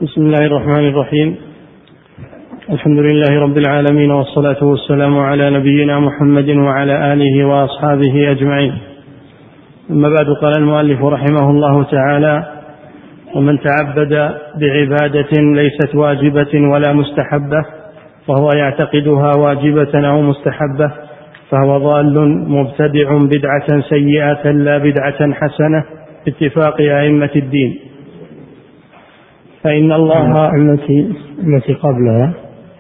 بسم الله الرحمن الرحيم. الحمد لله رب العالمين، والصلاة والسلام على نبينا محمد وعلى آله وأصحابه أجمعين. أما بعد، قال المؤلف رحمه الله تعالى: ومن تعبد بعبادة ليست واجبة ولا مستحبة وهو يعتقدها واجبة أو مستحبة فهو ضال مبتدع بدعة سيئة لا بدعة حسنة باتفاق أئمة الدين. فإن الله التي قبلها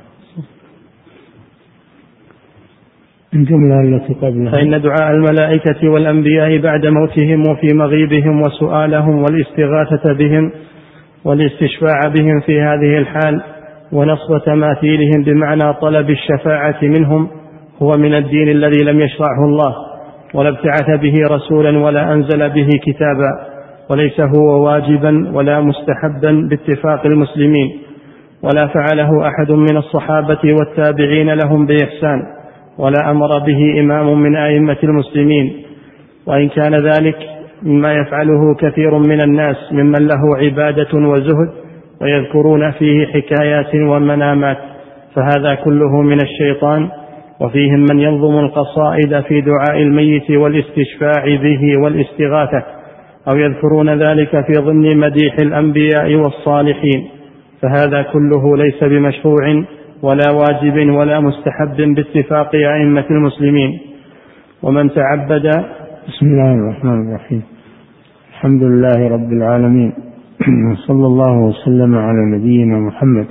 الجملة التي قبلها: فإن دعاء الملائكة والأنبياء بعد موتهم وفي مغيبهم وسؤالهم والاستغاثة بهم والاستشفاع بهم في هذه الحال ونصب تماثيلهم بمعنى طلب الشفاعة منهم هو من الدين الذي لم يشرعه الله ولا ابتعث به رسولا ولا أنزل به كتابا، وليس هو واجبا ولا مستحبا باتفاق المسلمين، ولا فعله أحد من الصحابة والتابعين لهم بإحسان، ولا أمر به إمام من أئمة المسلمين، وإن كان ذلك مما يفعله كثير من الناس ممن له عبادة وزهد ويذكرون فيه حكايات ومنامات، فهذا كله من الشيطان. وفيهم من ينظم القصائد في دعاء الميت والاستشفاع به والاستغاثة، أو يذكرون ذلك في ضمن مديح الأنبياء والصالحين، فهذا كله ليس بمشروع ولا واجب ولا مستحب باتفاق أئمة المسلمين. ومن تعبد. بسم الله الرحمن الرحيم. الحمد لله رب العالمين، صلى الله وسلم على نبينا محمد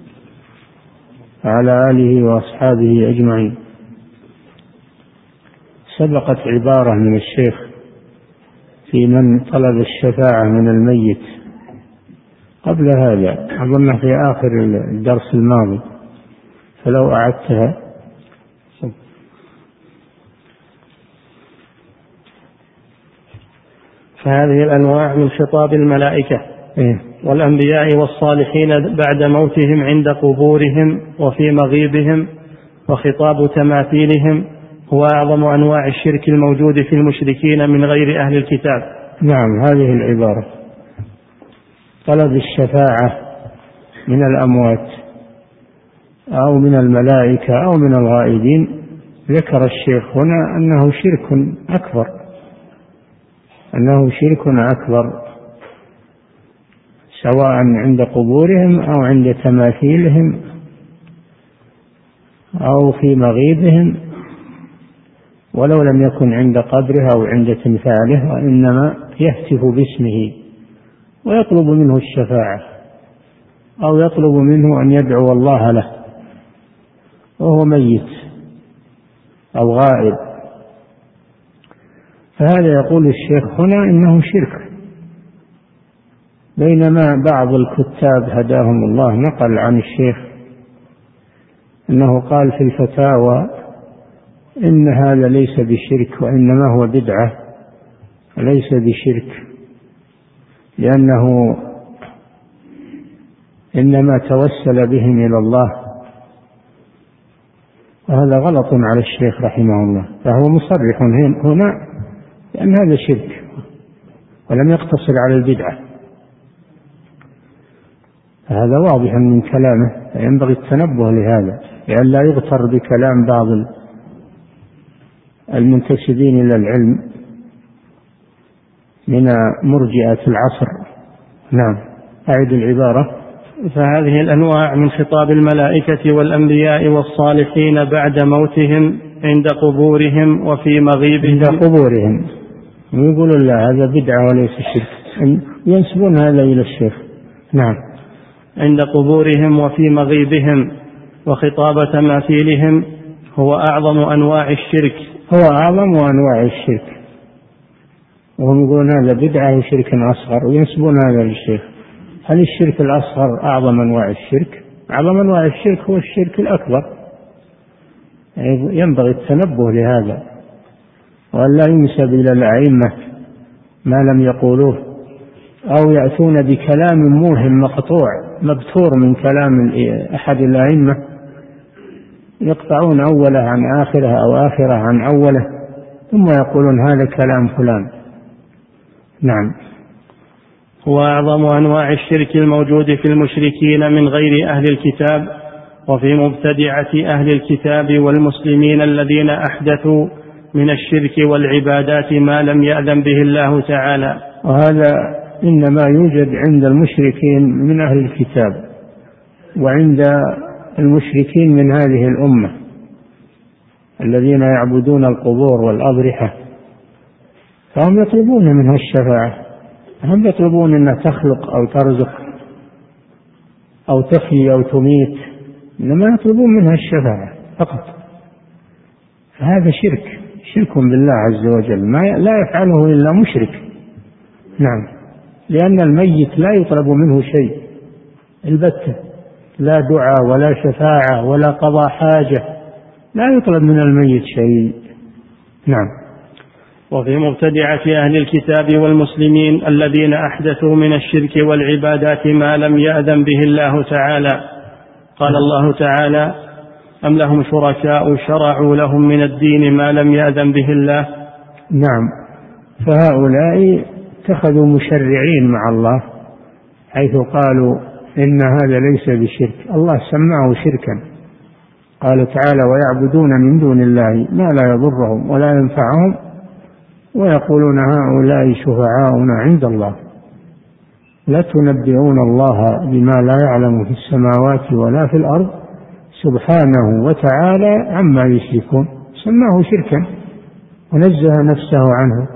وعلى آله وأصحابه أجمعين. سبقت عبارة من الشيخ في من طلب الشفاعة من الميت قبل هذا، أظن في آخر الدرس الماضي، فلو أعدتها. فهذه الأنواع من خطاب الملائكة والأنبياء والصالحين بعد موتهم عند قبورهم وفي مغيبهم، وخطاب تماثيلهم هو أعظم أنواع الشرك الموجود في المشركين من غير أهل الكتاب. نعم، هذه العبارة طلب الشفاعة من الأموات أو من الملائكة أو من الغائبين، ذكر الشيخ هنا أنه شرك أكبر، أنه شرك أكبر، سواء عند قبورهم أو عند تماثيلهم أو في مغيبهم، ولو لم يكن عند قبره أو عند تمثاله، وإنما يهتف باسمه ويطلب منه الشفاعة أو يطلب منه أن يدعو الله له وهو ميت أو غائب. فهذا يقول الشيخ هنا إنه شرك، بينما بعض الكتاب هداهم الله نقل عن الشيخ أنه قال في الفتاوى إن هذا ليس بشرك وإنما هو بدعة وليس بشرك، لأنه إنما توسل بهم إلى الله، وهذا غلط على الشيخ رحمه الله، فهو مصرح هنا لأن هذا شرك ولم يقتصر على البدعة، هذا واضح من كلامه، فينبغي التنبه لهذا لئلا يغتر بكلام بعض المنتسبين إلى العلم من مرجئة العصر. نعم، أعد العبارة. فهذه الأنواع من خطاب الملائكة والأنبياء والصالحين بعد موتهم عند قبورهم وفي مغيبهم. عند قبورهم يقولون لا هذا بدعة وليس شرك، ينسبون هذا إلى الشيخ. نعم. عند قبورهم وفي مغيبهم، وخطاب تماثيلهم هو أعظم أنواع الشرك. هو أعظم أنواع الشرك، وهم يقولون هذا بدعة وشرك أصغر وينسبون هذا للشيخ. هل الشرك الأصغر أعظم أنواع الشرك؟ أعظم أنواع الشرك هو الشرك الأكبر، ينبغي التنبه لهذا وأن لا ينسب إلى الأئمة ما لم يقولوه، أو يأتون بكلام موهم مقطوع مبتور من كلام أحد الأئمة، يقطعون أوله عن آخره أو آخره عن أوله ثم يقولون هذا كلام فلان. نعم. هو أعظم أنواع الشرك الموجود في المشركين من غير أهل الكتاب، وفي مبتدعة أهل الكتاب والمسلمين الذين أحدثوا من الشرك والعبادات ما لم يأذن به الله تعالى. وهذا إنما يوجد عند المشركين من أهل الكتاب وعند المشركين من هذه الأمة الذين يعبدون القبور والأضرحة، فهم يطلبون منها الشفاعة، هم يطلبون أنها تخلق أو ترزق أو تحيي أو تميت، إنما يطلبون منها الشفاعة فقط. فهذا شرك بالله عز وجل، ما لا يفعله إلا مشرك. نعم، لأن الميت لا يطلب منه شيء البتة، لا دعاء ولا شفاعة ولا قضاء حاجة، لا يطلب من الميت شيء. نعم. وفي مبتدعة أهل الكتاب والمسلمين الذين أحدثوا من الشرك والعبادات ما لم يأذن به الله تعالى، قال الله تعالى: أم لهم شركاء شرعوا لهم من الدين ما لم يأذن به الله. نعم، فهؤلاء اتخذوا مشرعين مع الله، حيث قالوا إن هذا ليس بشرك، الله سماه شركا. قال تعالى: ويعبدون من دون الله ما لا يضرهم ولا ينفعهم ويقولون هؤلاء شفعاؤنا عند الله. لا تنبئون الله بما لا يعلم في السماوات ولا في الأرض سبحانه وتعالى عما يشركون. سماه شركا ونزه نفسه عنه.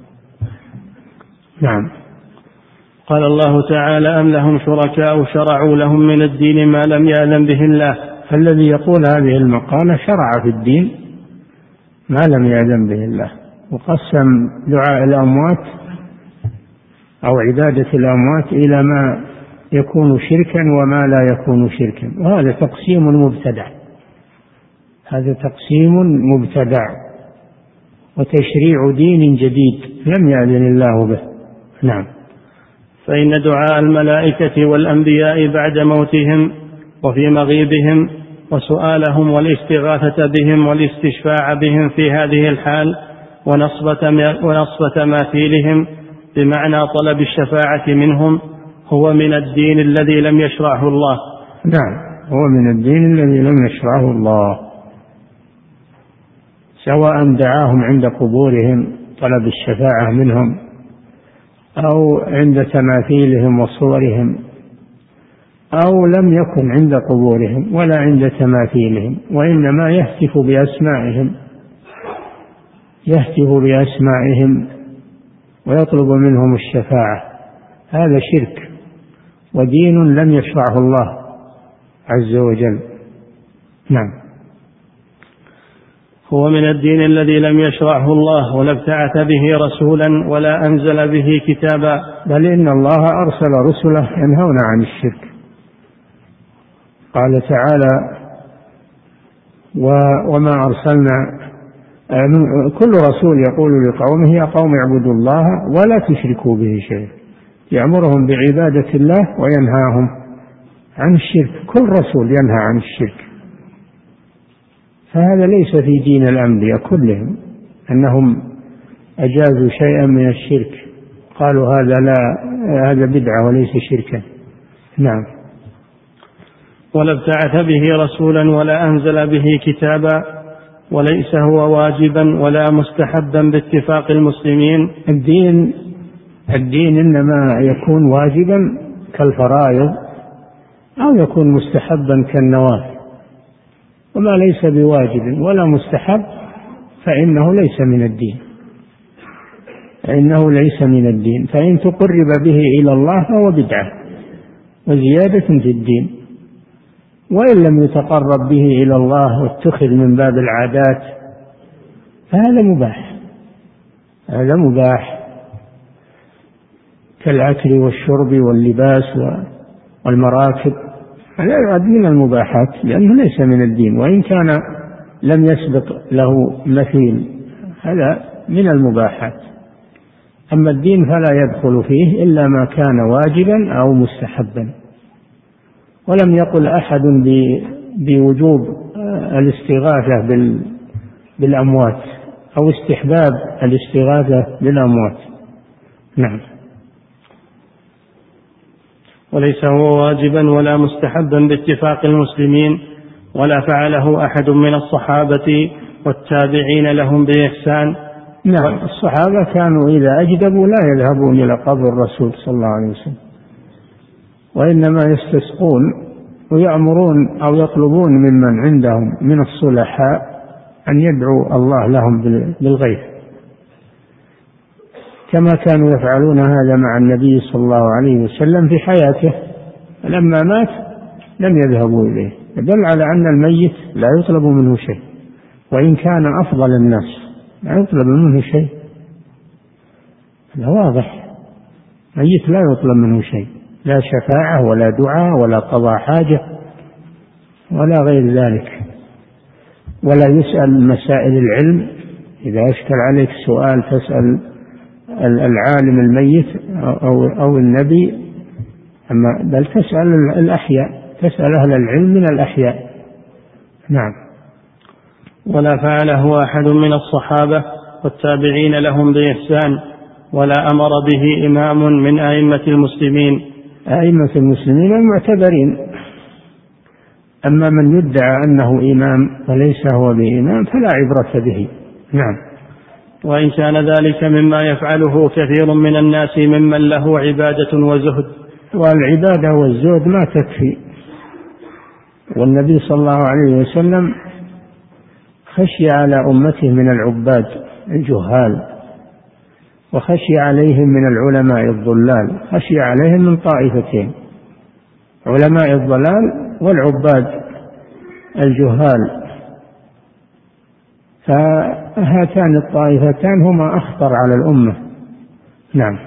نعم. قال الله تعالى: أم لهم شركاء شرعوا لهم من الدين ما لم يأذن به الله. فالذي يقول هذه المقالة شرع في الدين ما لم يأذن به الله، وقسم دعاء الأموات أو عبادة الأموات إلى ما يكون شركا وما لا يكون شركا، وهذا تقسيم مبتدع، هذا تقسيم مبتدع وتشريع دين جديد لم يأذن الله به. نعم. فإن دعاء الملائكة والأنبياء بعد موتهم وفي مغيبهم وسؤالهم والاستغاثة بهم والاستشفاع بهم في هذه الحال ونصب تماثيلهم بمعنى طلب الشفاعة منهم هو من الدين الذي لم يشرعه الله. نعم، هو من الدين الذي لم يشرعه الله، سواء دعاهم عند قبورهم طلب الشفاعة منهم أو عند تماثيلهم وصورهم، أو لم يكن عند قبورهم ولا عند تماثيلهم، وإنما يهتف بأسمائهم ويطلب منهم الشفاعة. هذا شرك ودين لم يشرعه الله عز وجل. نعم. هو من الدين الذي لم يشرعه الله ولا ابتعث به رسولا ولا أنزل به كتابا، بل إن الله أرسل رسله ينهون عن الشرك. قال تعالى: وما أرسلنا، كل رسول يقول لقومه يا قوم اعبدوا الله ولا تشركوا به شيئا، يأمرهم بعبادة الله وينهاهم عن الشرك. كل رسول ينهى عن الشرك، فهذا ليس في دين الأنبياء كلهم أنهم أجازوا شيئا من الشرك، قالوا هذا بدعة وليس شركا. نعم. ولا ابتعث به رسولا ولا أنزل به كتابا، وليس هو واجبا ولا مستحبا باتفاق المسلمين. الدين إنما يكون واجبا كالفرائض أو يكون مستحبا كالنوافل، وما ليس بواجب ولا مستحب فإنه ليس من الدين، فإن تقرب به إلى الله فهو بدعة وزيادة في الدين، وإن لم يتقرب به إلى الله واتخذ من باب العادات فهذا مباح كالأكل والشرب واللباس والمراكب، هذا يعد من المباحات لأنه ليس من الدين، وإن كان لم يسبق له مثيل هذا من المباحات. أما الدين فلا يدخل فيه إلا ما كان واجبا أو مستحبا. ولم يقل أحد بوجوب الاستغاثة بالأموات أو استحباب الاستغاثة بالأموات. نعم. وليس هو واجبا ولا مستحبا باتفاق المسلمين، ولا فعله أحد من الصحابة والتابعين لهم بإحسان. نعم، الصحابة كانوا إذا أجدبوا لا يذهبون إلى قبر الرسول صلى الله عليه وسلم، وإنما يستسقون ويأمرون أو يطلبون ممن عندهم من الصلحاء أن يدعو الله لهم بالغيث، كما كانوا يفعلون هذا مع النبي صلى الله عليه وسلم في حياته. لما مات لم يذهبوا إليه، يدل على أن الميت لا يطلب منه شيء، وإن كان أفضل الناس لا يطلب منه شيء، هذا واضح. ميت لا يطلب منه شيء، لا شفاعة ولا دعاء ولا قضاء حاجة ولا غير ذلك، ولا يسأل مسائل العلم. إذا أشكل عليك سؤال تسأل العالم الميت أو النبي، بل تسأل الأحياء، تسأل أهل العلم من الأحياء. نعم. ولا فعله أحد من الصحابة والتابعين لهم بإحسان، ولا أمر به إمام من أئمة المسلمين. أئمة المسلمين المعتبرين، أما من يدعى أنه إمام وليس هو بإمام فلا عبرة به. نعم. وإن كان ذلك مما يفعله كثير من الناس ممن له عبادة وزهد. والعبادة والزهد ما تكفي، والنبي صلى الله عليه وسلم خشي على أمته من العباد الجهال، وخشي عليهم من العلماء الضلال، خشي عليهم من طائفتين: علماء الضلال والعباد الجهال، فهاتان الطائفتان هما أخطر على الأمة. نعم.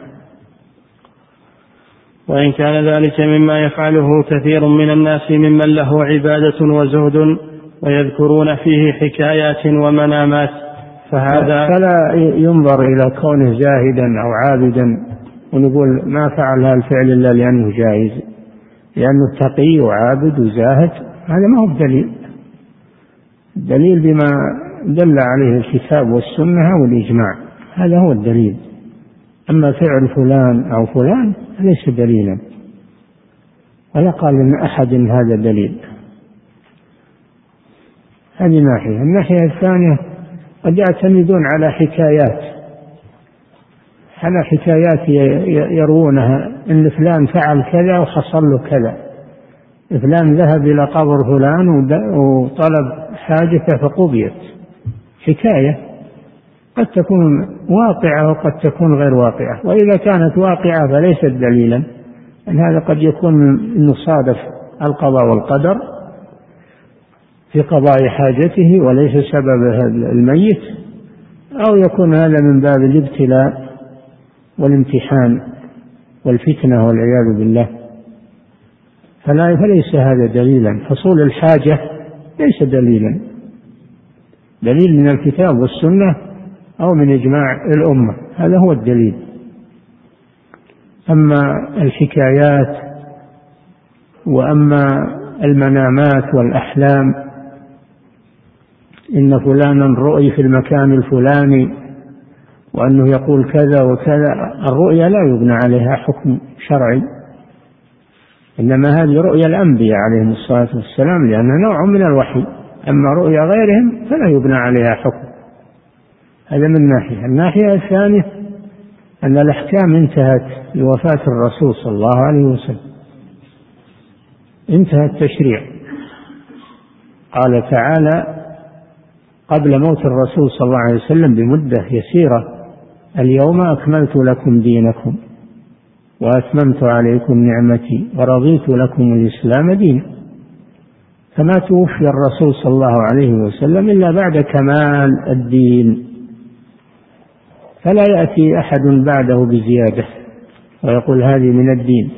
وإن كان ذلك مما يفعله كثير من الناس ممن له عبادة وزهد ويذكرون فيه حكايات ومنامات، فلا ينظر إلى كونه زاهدا أو عابدا ونقول ما فعل هذا الفعل إلا لأنه جائز، لأنه تقي وعابد وزاهد، هذا ما هو بدليل. الدليل بما دل عليه الكتاب والسنة والإجماع، هذا هو الدليل. أما فعل فلان أو فلان ليس دليلا، ولا قال إن أحد هذا دليل. هذه ناحية. الناحية الثانية قد يعتمدون على حكايات يروونها، إن فلان فعل كذا وحصل له كذا، فلان ذهب إلى قبر فلان وطلب حاجته فقضيت. حكاية قد تكون واقعة وقد تكون غير واقعة، وإذا كانت واقعة فليست دليلا، أن هذا قد يكون مصادف القضاء والقدر في قضاء حاجته وليس سبب الميت، أو يكون هذا من باب الابتلاء والامتحان والفتنة والعياذ بالله، فليس هذا دليلا. حصول الحاجة ليس دليلا، دليل من الكتاب والسنة أو من إجماع الأمة، هذا هو الدليل. أما الحكايات وأما المنامات والأحلام، إن فلانا رؤي في المكان الفلاني وأنه يقول كذا وكذا، الرؤيا لا يبنى عليها حكم شرعي، إنما هذه رؤيا الأنبياء عليهم الصلاة والسلام، لأنها نوع من الوحي. أما رؤيا غيرهم فلا يبنى عليها حكم. هذا من ناحية. الناحية الثانية أن الأحكام انتهت بوفاة الرسول صلى الله عليه وسلم، انتهى التشريع. قال تعالى قبل موت الرسول صلى الله عليه وسلم بمدة يسيرة: اليوم أكملت لكم دينكم وأتممت عليكم نعمتي ورضيت لكم الإسلام دينا. فما توفي الرسول صلى الله عليه وسلم إلا بعد كمال الدين، فلا يأتي أحد بعده بزيادة ويقول هذه من الدين،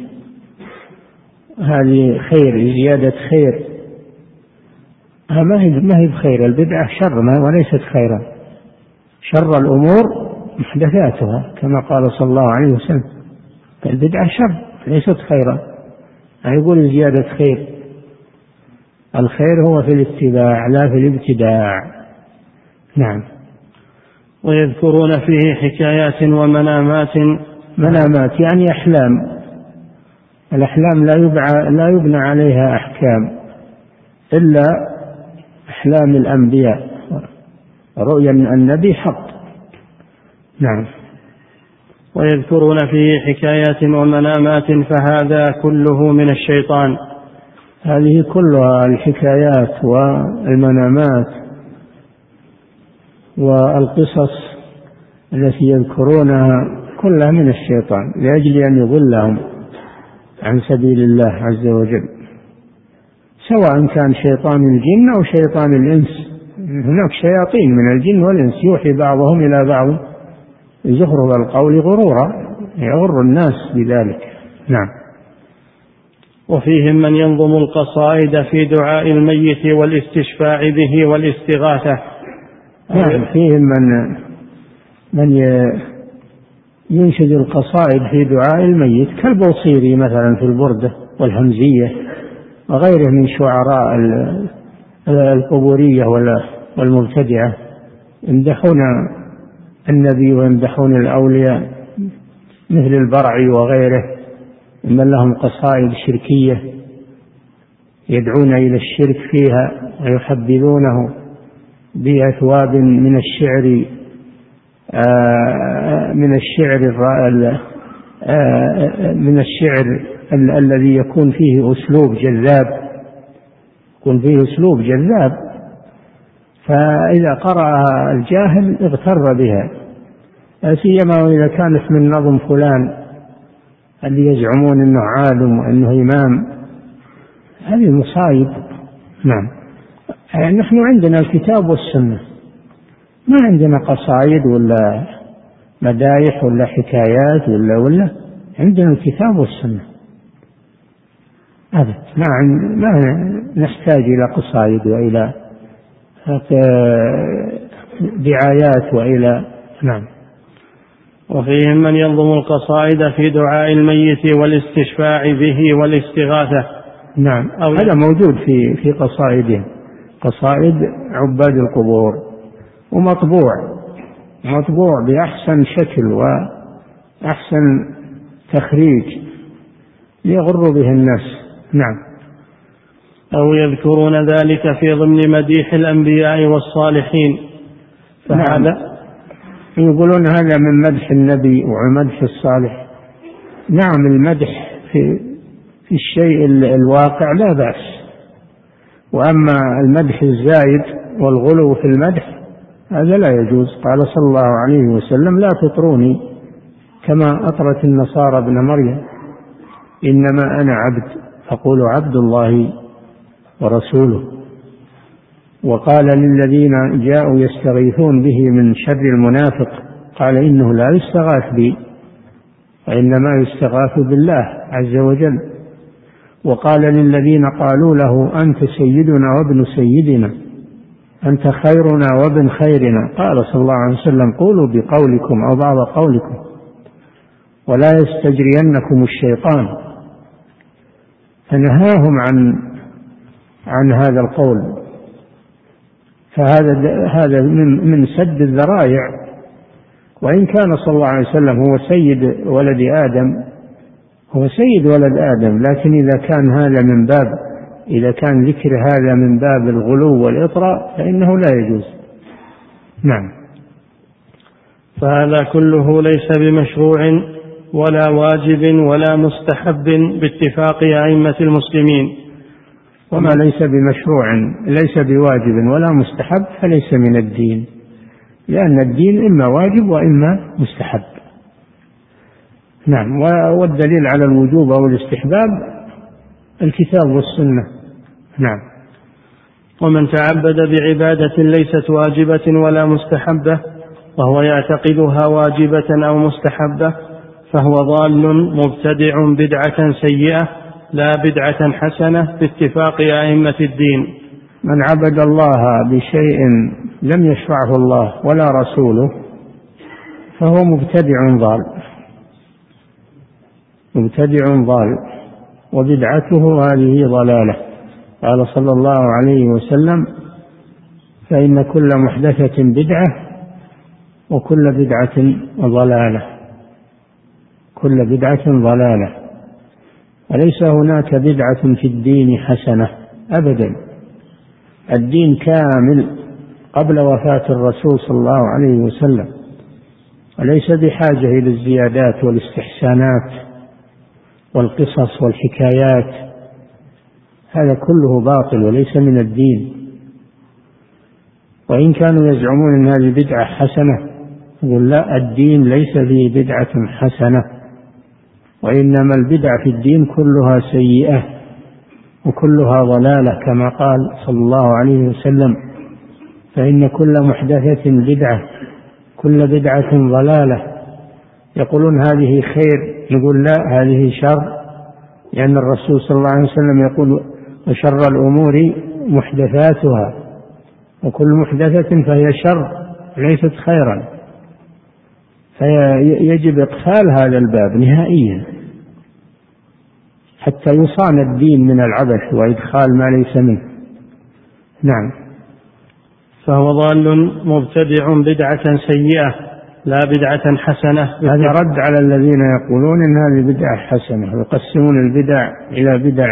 هذه خير، زيادة خير. ما هي بخير، البدعة شر وليست خيرا. شر الأمور محدثاتها كما قال صلى الله عليه وسلم، البدعة شر ليست خيرا. يقول زيادة خير، الخير هو في الاتباع لا في الابتداع. نعم. ويذكرون فيه حكايات ومنامات. منامات يعني أحلام، الأحلام لا يبنى عليها أحكام إلا أحلام الأنبياء، رؤيا النبي حق. نعم. ويذكرون فيه حكايات ومنامات فهذا كله من الشيطان. هذه كلها الحكايات والمنامات والقصص التي يذكرونها كلها من الشيطان لأجل أن يضلهم عن سبيل الله عز وجل، سواء كان شيطان الجن أو شيطان الإنس. هناك شياطين من الجن والإنس يوحي بعضهم إلى بعض زخرف القول غرورا، يغر الناس بذلك. نعم. وفيهم من ينظم القصائد في دعاء الميت والاستشفاع به والاستغاثة. نعم، فيهم من ينشد القصائد في دعاء الميت كالبوصيري مثلا في البردة والهمزية وغيره من شعراء القبورية والمبتدعة، يمدحون النبي ويمدحون الأولياء مثل البرعي وغيره، من لهم قصائد شركية يدعون إلى الشرك فيها ويحبذونه بأثواب من الشعر الذي يكون فيه أسلوب جذاب، فإذا قرأها الجاهل اغتر بها، سيما وإذا كانت من نظم فلان اللي يزعمون أنه عالم وأنه إمام. هذه مصايب. نعم. نحن عندنا الكتاب والسنة، ما عندنا قصائد ولا مدايح ولا حكايات ولا عندنا الكتاب والسنة. هذا ما نحتاج إلى قصائد وإلى دعايات وإلى. نعم. وفيهم من ينظم القصائد في دعاء الميت والاستشفاع به والاستغاثة. نعم، هذا موجود في قصائدهم، قصائد عباد القبور، ومطبوع بأحسن شكل وأحسن تخريج ليغر به الناس. نعم. أو يذكرون ذلك في ضمن مديح الأنبياء والصالحين، فهذا نعم. يقولون هذا من مدح النبي ومدح الصالح. نعم، المدح في الشيء الواقع لا بأس، وأما المدح الزايد والغلو في المدح هذا لا يجوز. قال صلى الله عليه وسلم: لا تطروني كما أطرت النصارى ابن مريم، إنما أنا عبد أقول عبد الله ورسوله. وقال للذين جاءوا يستغيثون به من شر المنافق قال: إنه لا يستغاث بي وإنما يستغاث بالله عز وجل. وقال للذين قالوا له: أنت سيدنا وابن سيدنا، أنت خيرنا وابن خيرنا، قال صلى الله عليه وسلم: قولوا بقولكم أو بعض قولكم ولا يستجرينكم الشيطان. فنهاهم عن هذا القول، فهذا من سد الذرائع. وإن كان صلى الله عليه وسلم هو سيد ولد آدم، لكن إذا كان ذكر هذا من باب الغلو والإطراء فإنه لا يجوز. نعم. فهذا كله ليس بمشروع ولا واجب ولا مستحب باتفاق أئمة المسلمين. وما ليس بمشروع ليس بواجب ولا مستحب فليس من الدين، لأن الدين إما واجب وإما مستحب. نعم. والدليل على الوجوب أو الاستحباب الكتاب والسنة. نعم. ومن تعبد بعبادة ليست واجبة ولا مستحبة وهو يعتقدها واجبة أو مستحبة فهو ضال مبتدع بدعة سيئة لا بدعة حسنة باتفاق أئمة الدين. من عبد الله بشيء لم يشرعه الله ولا رسوله فهو مبتدع ضال وبدعته هذه ضلالة. قال صلى الله عليه وسلم: فإن كل محدثة بدعة وكل بدعة ضلالة. وليس هناك بدعة في الدين حسنة أبدا. الدين كامل قبل وفاة الرسول صلى الله عليه وسلم، وليس بحاجة إلى الزيادات والاستحسانات والقصص والحكايات، هذا كله باطل وليس من الدين. وإن كانوا يزعمون أن هذه بدعة حسنة، يقول لا، الدين ليس فيه بدعة حسنة، وإنما البدع في الدين كلها سيئة وكلها ضلالة، كما قال صلى الله عليه وسلم: فإن كل محدثة بدعة، كل بدعة ضلالة. يقولون هذه خير، نقول لا، هذه شر، لأن الرسول صلى الله عليه وسلم يقول: وشر الأمور محدثاتها، وكل محدثة فهي شر ليست خيرا. فيجب إقفال هذا الباب نهائيا حتى يصان الدين من العبث وإدخال ما ليس منه. نعم. فهو ضال مبتدع بدعة سيئة لا بدعة حسنة. هذا رد على الذين يقولون إن هذه بدعة حسنة، ويقسمون البدع إلى بدع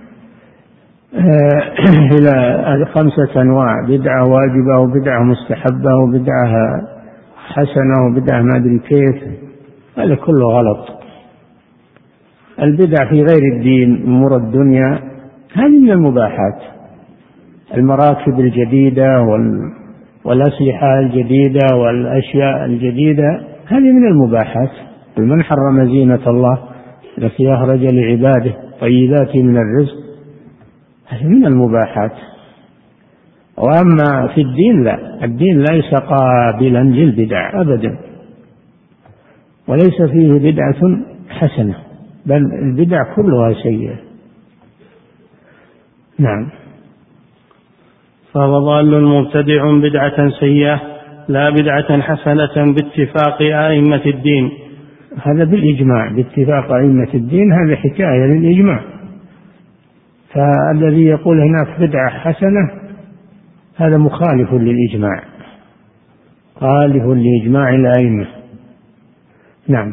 إلى 5 أنواع: بدعة واجبة، وبدعة مستحبة، وبدعة حسنة، وبدعة ما أدري كيف. هذا كله غلط. البدع في غير الدين، أمور الدنيا، هذه من المباحات. المراكب الجديدة والأسلحة الجديدة والأشياء الجديدة، هذه من المباحات. من حرم زينة الله التي أخرج لعباده طيبات من الرزق، هذه من المباحات. وأما في الدين لا، الدين ليس قابلا للبدع أبدا، وليس فيه بدعة حسنة، بل البدع كلها سيئة. نعم. فهو ضال مبتدع بدعة سيئة لا بدعة حسنة باتفاق أئمة الدين. هذا بالإجماع، باتفاق أئمة الدين، هذا حكاية للإجماع. فالذي يقول هناك بدعة حسنة هذا مخالف للإجماع، خالف لإجماع الأئمة. نعم.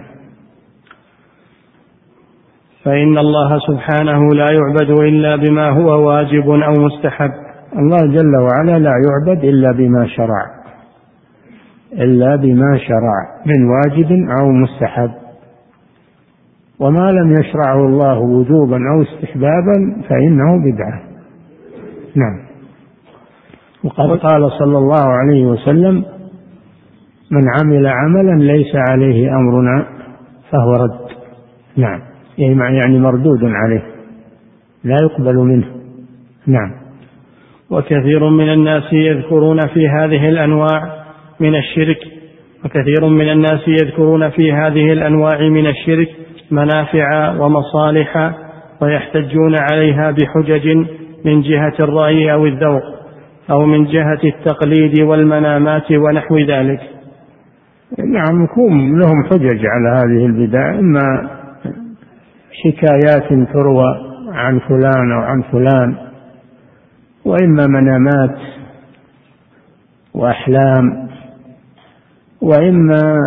فإن الله سبحانه لا يعبد إلا بما هو واجب أو مستحب. الله جل وعلا لا يعبد إلا بما شرع، إلا بما شرع من واجب أو مستحب، وما لم يشرعه الله وجوبا أو استحبابا فإنه بدعة. نعم. وقد قال صلى الله عليه وسلم: من عمل عملا ليس عليه أمرنا فهو رد. نعم، يعني مردود عليه، لا يقبل منه. نعم. وكثير من الناس يذكرون في هذه الأنواع من الشرك منافع ومصالح، ويحتجون عليها بحجج من جهة الرأي أو الذوق، أو من جهة التقليد والمنامات ونحو ذلك. نعم، يكون لهم حجج على هذه البدع، إما حكايات تروى عن فلان أو عن فلان، وإما منامات وأحلام، وإما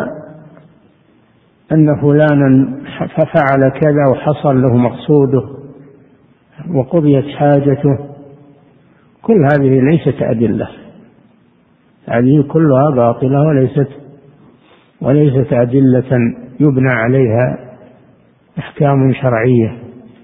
أن فلانا فعل كذا وحصل له مقصوده وقضيت حاجته. كل هذه ليست أدلة، هذه كلها باطلة وليست أدلة يبنى عليها أحكام شرعية.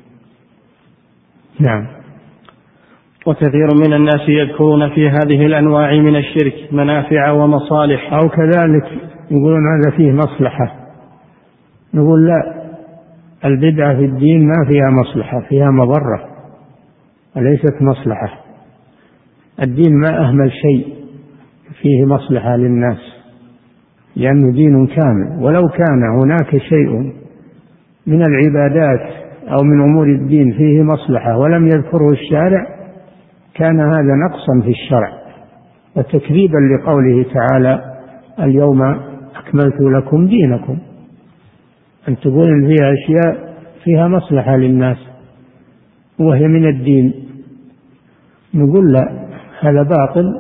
نعم. وكثير من الناس يذكرون في هذه الأنواع من الشرك منافع ومصالح، أو كذلك يقولون هذا فيه مصلحة. نقول لا، البدعة في الدين ما فيها مصلحة، فيها مضرة وليست مصلحة. الدين ما أهمل شيء فيه مصلحة للناس، لأنه دين كامل. ولو كان هناك شيء من العبادات أو من أمور الدين فيه مصلحة ولم يذكره الشارع كان هذا نقصا في الشرع وتكذيبا لقوله تعالى: اليوم أكملت لكم دينكم. أن تقول فيها أشياء فيها مصلحة للناس وهي من الدين، نقول لا، هذا باطل،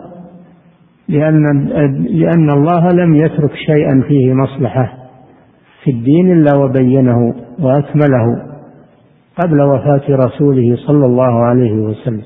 لأن الله لم يترك شيئا فيه مصلحة في الدين إلا وبينه وأكمله. قبل وفاة رسوله صلى الله عليه وسلم.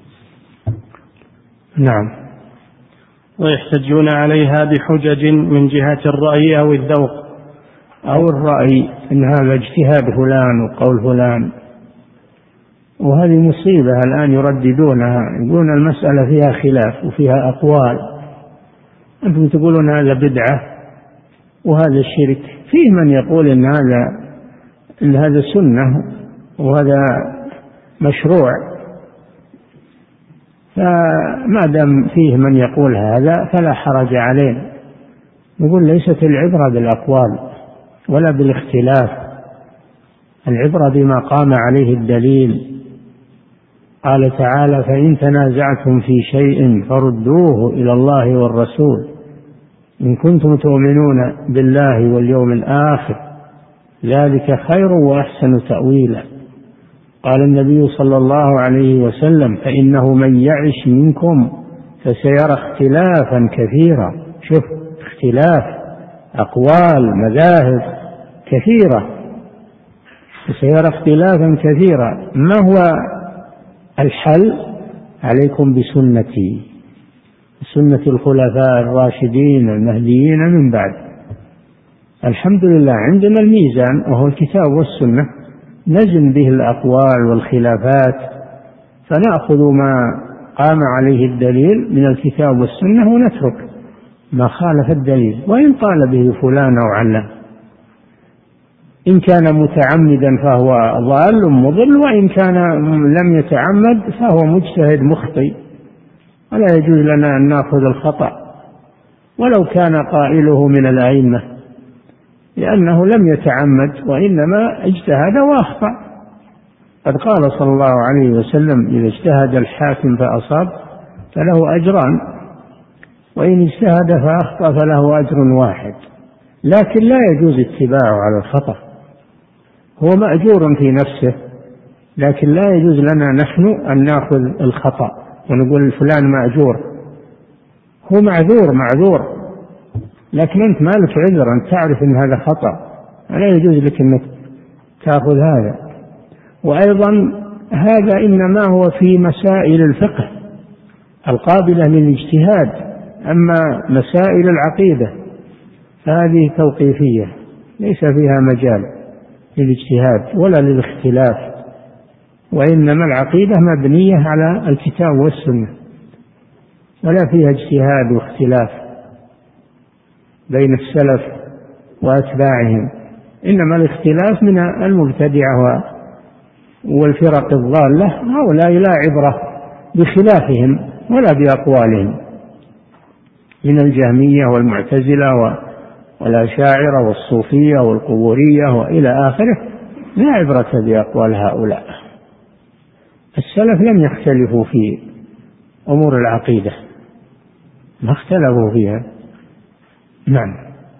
نعم. ويحتجون عليها بحجج من جهة الرأي أو الذوق. أو الرأي إن هذا اجتهاد فلان وقول فلان، وهذه مصيبة الآن يرددونها، يقولون المسألة فيها خلاف وفيها أقوال، أنتم تقولون هذا بدعة وهذا شرك. فيه من يقول إن هذا سنة وهذا مشروع، فما دام فيه من يقول هذا فلا حرج عليه. نقول ليست العبرة بالأقوال ولا بالاختلاف، العبرة بما قام عليه الدليل. قال تعالى: فإن تنازعتم في شيء فردوه إلى الله والرسول إن كنتم تؤمنون بالله واليوم الآخر ذلك خير وأحسن تأويلا. قال النبي صلى الله عليه وسلم: فإنه من يعش منكم فسيرى اختلافا كثيرا. شوف، اختلاف أقوال مذاهب كثيرة، فسيرى اختلافا كثيرا. ما هو الحل؟ عليكم بسنتي، سنة الخلفاء الراشدين المهديين من بعد. الحمد لله عندنا الميزان وهو الكتاب والسنة، نزن به الأقوال والخلافات، فنأخذ ما قام عليه الدليل من الكتاب والسنة ونترك ما خالف الدليل، وإن قال به فلان أو علان. إن كان متعمدا فهو ضال مضل، وإن كان لم يتعمد فهو مجتهد مخطئ، ولا يجوز لنا أن نأخذ الخطأ ولو كان قائله من الأئمة، لأنه لم يتعمد وإنما اجتهد وأخطأ. قد قال صلى الله عليه وسلم: إذا اجتهد الحاكم فأصاب فله أجران، وإن اجتهد فأخطأ فله أجر واحد. لكن لا يجوز اتباعه على الخطأ، هو مأجور في نفسه، لكن لا يجوز لنا نحن أن نأخذ الخطأ ونقول فلان مأجور. هو معذور، لكن أنت ما لك عذر أن تعرف أن هذا خطأ، لا يجوز لك أنك تأخذ هذا. وأيضا هذا إنما هو في مسائل الفقه القابلة للاجتهاد، أما مسائل العقيدة فهذه توقيفية ليس فيها مجال للاجتهاد ولا للاختلاف، وإنما العقيدة مبنية على الكتاب والسنة ولا فيها اجتهاد واختلاف بين السلف وأتباعهم، إنما الاختلاف من المبتدعة والفرق الضالة، هؤلاء لا عبرة بخلافهم ولا بأقوالهم من الجهمية والمعتزلة والأشاعرة والصوفية والقبورية وإلى آخره، لا عبرة بأقوال هؤلاء. السلف لم يختلفوا في أمور العقيدة، ما اختلفوا فيها. نعم.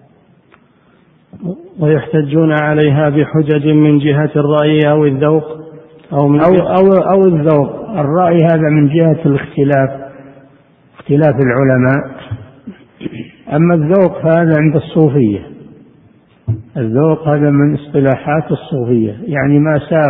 ويحتجون عليها بحجج من جهة الرأي أو الذوق أو الذوق. الرأي هذا من جهة اختلاف العلماء، أما الذوق فهذا عند الصوفية. الذوق هذا من اصطلاحات الصوفية، يعني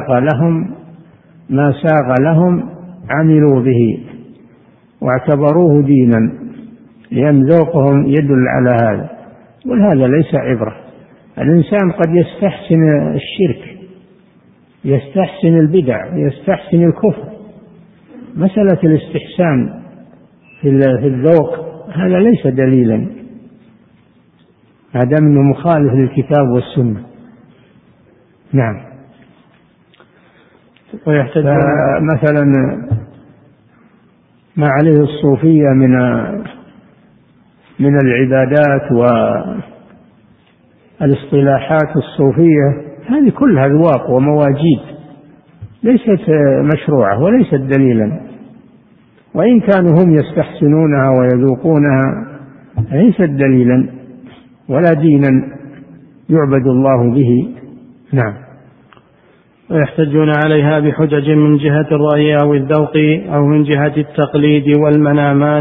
ما ساغ لهم عملوا به واعتبروه دينا، لأن ذوقهم يدل على هذا. وهذا ليس عبرة. الإنسان قد يستحسن الشرك، يستحسن البدع، يستحسن الكفر. مسألة الاستحسان في الذوق هذا ليس دليلا ما دام انه مخالف للكتاب والسنة. نعم. مثلا ما عليه الصوفية من العبادات والاصطلاحات الصوفية هذه كلها أذواق ومواجيد، ليست مشروعة وليست دليلا، وإن كانوا هم يستحسنونها ويذوقونها ليست دليلا ولا دينا يعبد الله به. نعم. ويحتجون عليها بحجج من جهة الرأي أو الذوق أو من جهة التقليد والمنامات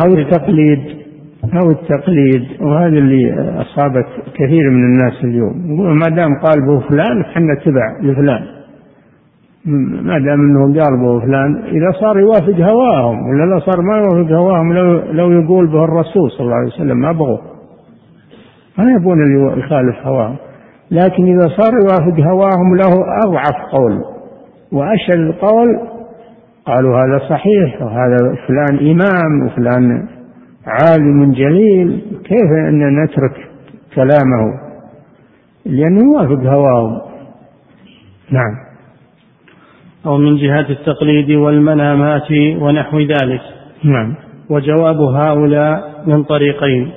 أو التقليد. وهذا اللي أصابت كثير من الناس اليوم، ما دام قال به فلان حنا تبع لفلان، ما دام أنه قالوا فلان، إذا صار يوافق هواهم، ولا لا صار ما يوافق هواهم، لو يقول به الرسول صلى الله عليه وسلم ما بغوا، ما يبون اللي يخالف هواهم. لكن إذا صار يوافق هواهم له أضعف قول وأشل القول، قالوا هذا صحيح، وهذا فلان إمام وفلان عالم جليل، كيف أن نترك كلامه لأنه يوافق هواهم. نعم. أو من جهة التقليد والمنامات ونحو ذلك. نعم. وجواب هؤلاء من طريقين.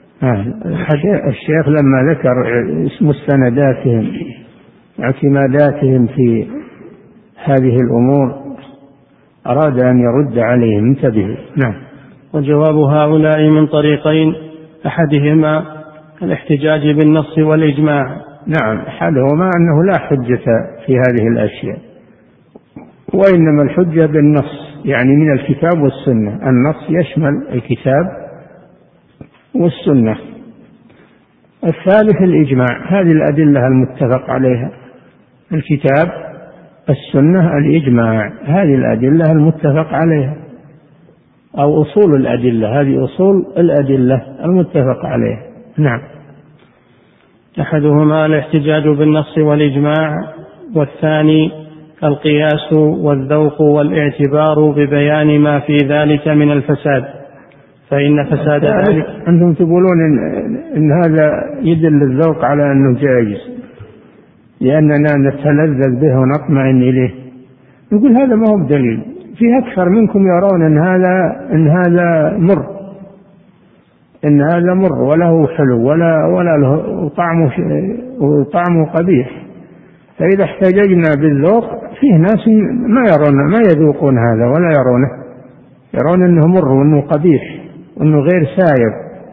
الشيخ لما ذكر مستنداتهم اعتماداتهم في هذه الأمور أراد أن يرد عليهم، انتبهوا. نعم. وجواب هؤلاء من طريقين، أحدهما الاحتجاج بالنص والإجماع. نعم، أحدهما أنه لا حجة في هذه الأشياء، وإنما الحجة بالنص، يعني من الكتاب والسنة. النص يشمل الكتاب والسنة. الثالث الإجماع، هذه الأدلة المتفق عليها، الكتاب السنة الإجماع، هذه الأدلة المتفق عليها، أو أصول الأدلة، هذه أصول الأدلة المتفق عليها. نعم. أحدهما الاحتجاج بالنص والإجماع، والثاني القياس والذوق والاعتبار ببيان ما في ذلك من الفساد، فإن فساد ذلك. أنتم تقولون إن هذا يدل الذوق على أنه جائز لأننا نتلذذ به ونطمئن إليه. نقول هذا ما هو بدليل، في أكثر منكم يرون إن هذا مر، إن هذا مر وله حلو ولا له طعمه قبيح. فإذا احتججنا بالذوق، فيه ناس ما يذوقون هذا ولا يرونه، يرون أنه مر وأنه قبيح وأنه غير سائر،